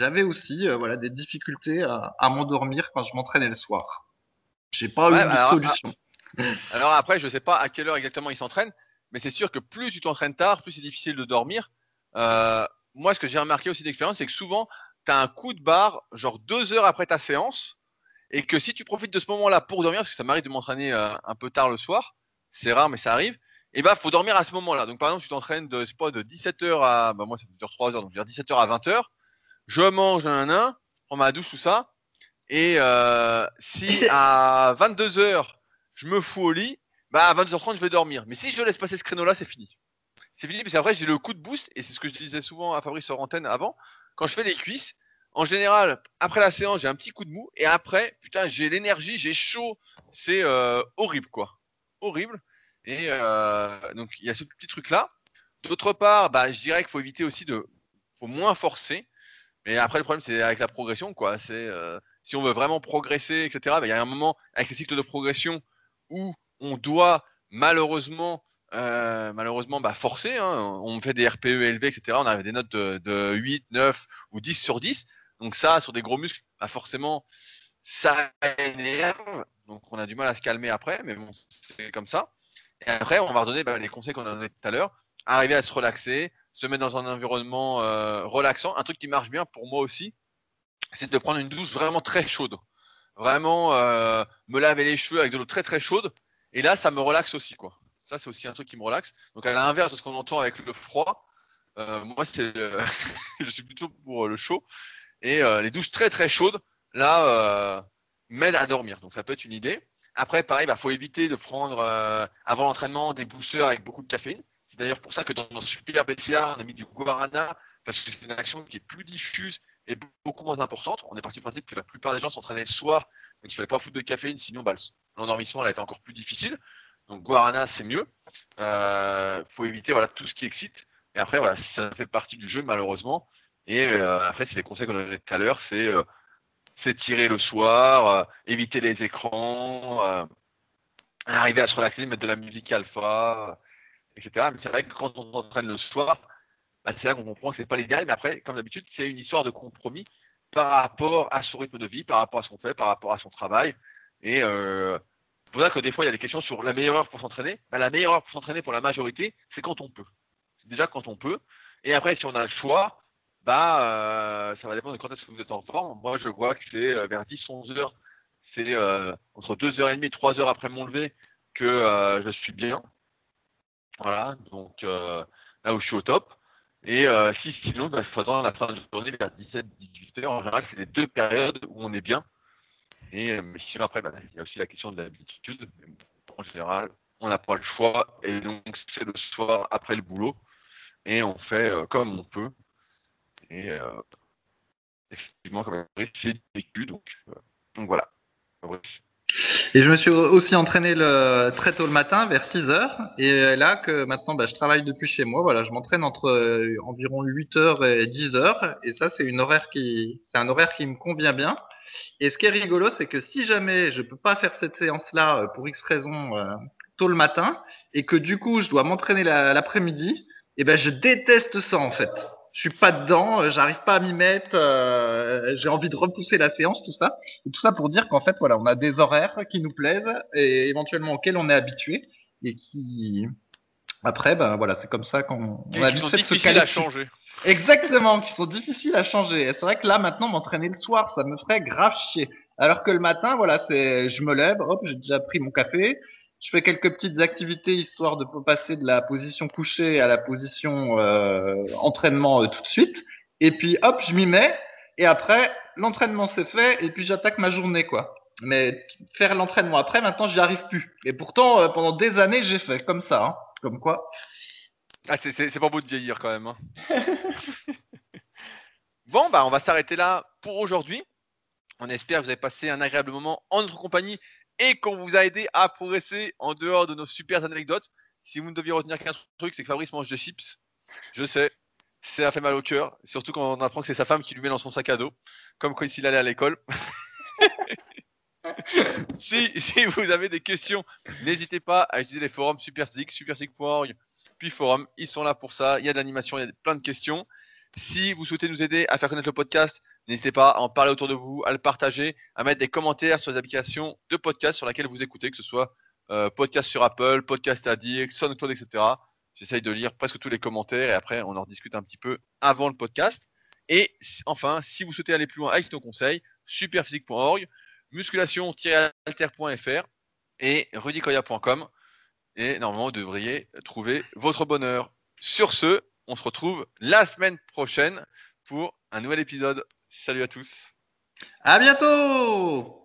des difficultés à m'endormir quand je m'entraînais le soir. J'ai pas eu de solution. Alors après je sais pas à quelle heure exactement ils s'entraînent, mais c'est sûr que plus tu t'entraînes tard, plus c'est difficile de dormir. Moi ce que j'ai remarqué aussi d'expérience, c'est que souvent tu as un coup de barre genre 2 heures après ta séance. Et que si tu profites de ce moment-là pour dormir, parce que ça m'arrive de m'entraîner un peu tard le soir, c'est rare mais ça arrive, et faut dormir à ce moment-là. Donc par exemple, tu t'entraînes de 17h à, moi ça dure 3 heures, donc je veux dire 17h à 20h, je mange prends ma douche, tout ça, et si à 22h, je me fous au lit, à 22h30, je vais dormir. Mais si je laisse passer ce créneau-là, c'est fini. c'est fini parce qu'après j'ai le coup de boost et c'est ce que je disais souvent à Fabrice sur antenne avant. Quand je fais les cuisses, en général, après la séance, j'ai un petit coup de mou et après, putain, j'ai l'énergie, j'ai chaud. C'est horrible, quoi. Horrible. Et donc, il y a ce petit truc-là. D'autre part, bah, je dirais qu'il faut éviter aussi faut moins forcer. Mais après, le problème, c'est avec la progression, quoi. C'est si on veut vraiment progresser, etc. Bah, il y a un moment avec ces cycles de progression où on doit malheureusement, bah, forcer. Hein. On fait des RPE élevés, etc. On a des notes de 8, 9 ou 10 sur 10. Donc ça, sur des gros muscles, bah forcément, ça énerve. Donc on a du mal à se calmer après, mais bon, c'est comme ça. Et après, on va redonner les conseils qu'on a donnés tout à l'heure. Arriver à se relaxer, se mettre dans un environnement relaxant. Un truc qui marche bien pour moi aussi, c'est de prendre une douche vraiment très chaude. Vraiment me laver les cheveux avec de l'eau très très chaude. Et là, ça me relaxe aussi, quoi. Ça, c'est aussi un truc qui me relaxe. Donc à l'inverse de ce qu'on entend avec le froid, moi, je suis plutôt pour le chaud. Et les douches très très chaudes, là, m'aident à dormir. Donc ça peut être une idée. Après, pareil, faut éviter de prendre avant l'entraînement des boosters avec beaucoup de caféine. C'est d'ailleurs pour ça que dans notre super BCA, on a mis du guarana, parce que c'est une action qui est plus diffuse et beaucoup moins importante. On est parti du principe que la plupart des gens s'entraînaient le soir, donc il fallait pas foutre de caféine, sinon l'endormissement a été encore plus difficile. Donc guarana, c'est mieux. Faut éviter tout ce qui excite. Et après, ça fait partie du jeu, malheureusement. Et après, c'est les conseils qu'on a donnés tout à l'heure, c'est s'étirer le soir, éviter les écrans, arriver à se relaxer, mettre de la musique alpha, etc. Mais c'est vrai que quand on s'entraîne le soir, c'est là qu'on comprend que c'est pas l'idéal. Mais après, comme d'habitude, c'est une histoire de compromis par rapport à son rythme de vie, par rapport à ce qu'on fait, par rapport à son travail. Et c'est pour ça que des fois, il y a des questions sur la meilleure heure pour s'entraîner. La meilleure heure pour s'entraîner pour la majorité, c'est quand on peut. C'est déjà quand on peut. Et après, si on a le choix, ça va dépendre de quand est-ce que vous êtes en forme. Moi, je vois que c'est vers 10-11 heures, c'est entre 2h30 et 3 heures après mon lever que je suis bien. Voilà, donc là où je suis au top. Et sinon, il faut attendre la fin de la journée vers 17-18 heures. En général, c'est les deux périodes où on est bien. Et mais sinon, après, il y a aussi la question de l'habitude. En général, on n'a pas le choix. Et donc, c'est le soir après le boulot. Et on fait comme on peut. Et effectivement, comme j'ai vécu, donc voilà. Et je me suis aussi entraîné très tôt le matin, vers 6 heures. Et là, que maintenant, je travaille depuis chez moi. Voilà, je m'entraîne entre environ 8 heures et 10 heures. Et ça, c'est un horaire qui me convient bien. Et ce qui est rigolo, c'est que si jamais je peux pas faire cette séance-là pour X raison tôt le matin, et que du coup, je dois m'entraîner l'après-midi, je déteste ça, en fait. Je suis pas dedans, j'arrive pas à m'y mettre, j'ai envie de repousser la séance, tout ça. Et tout ça pour dire qu'en fait, voilà, on a des horaires qui nous plaisent et éventuellement auxquels on est habitué et qui, après, voilà, c'est comme ça qu'on a vite fait de se caler à changer. Exactement, qui sont difficiles à changer. Et c'est vrai que là, maintenant, m'entraîner le soir, ça me ferait grave chier. Alors que le matin, voilà, je me lève, hop, j'ai déjà pris mon café, je fais quelques petites activités histoire de passer de la position couchée à la position entraînement tout de suite. Et puis hop, je m'y mets. Et après, l'entraînement c'est fait. Et puis j'attaque ma journée, quoi. Mais faire l'entraînement après, maintenant, j'y arrive plus. Et pourtant, pendant des années, j'ai fait comme ça, hein. Comme quoi. Ah, c'est pas beau de vieillir quand même. Hein. Bon, on va s'arrêter là pour aujourd'hui. On espère que vous avez passé un agréable moment en notre compagnie et qu'on vous a aidé à progresser en dehors de nos super anecdotes. Si vous ne deviez retenir qu'un truc, c'est que Fabrice mange des chips. Je sais, ça fait mal au cœur, surtout quand on apprend que c'est sa femme qui lui met dans son sac à dos, comme quand il allait à l'école. Si vous avez des questions, n'hésitez pas à utiliser les forums Superphysique, superphysique.org, puis forum, ils sont là pour ça. Il y a de l'animation, il y a plein de questions. Si vous souhaitez nous aider à faire connaître le podcast, n'hésitez pas à en parler autour de vous, à le partager, à mettre des commentaires sur les applications de podcast sur lesquelles vous écoutez, que ce soit podcast sur Apple, podcast Addict, SoundCloud, etc. J'essaye de lire presque tous les commentaires et après on en rediscute un petit peu avant le podcast. Et enfin, si vous souhaitez aller plus loin avec nos conseils, superphysique.org, musculation-alter.fr et rudicoya.com. Et normalement, vous devriez trouver votre bonheur. Sur ce, on se retrouve la semaine prochaine pour un nouvel épisode. Salut à tous. À bientôt!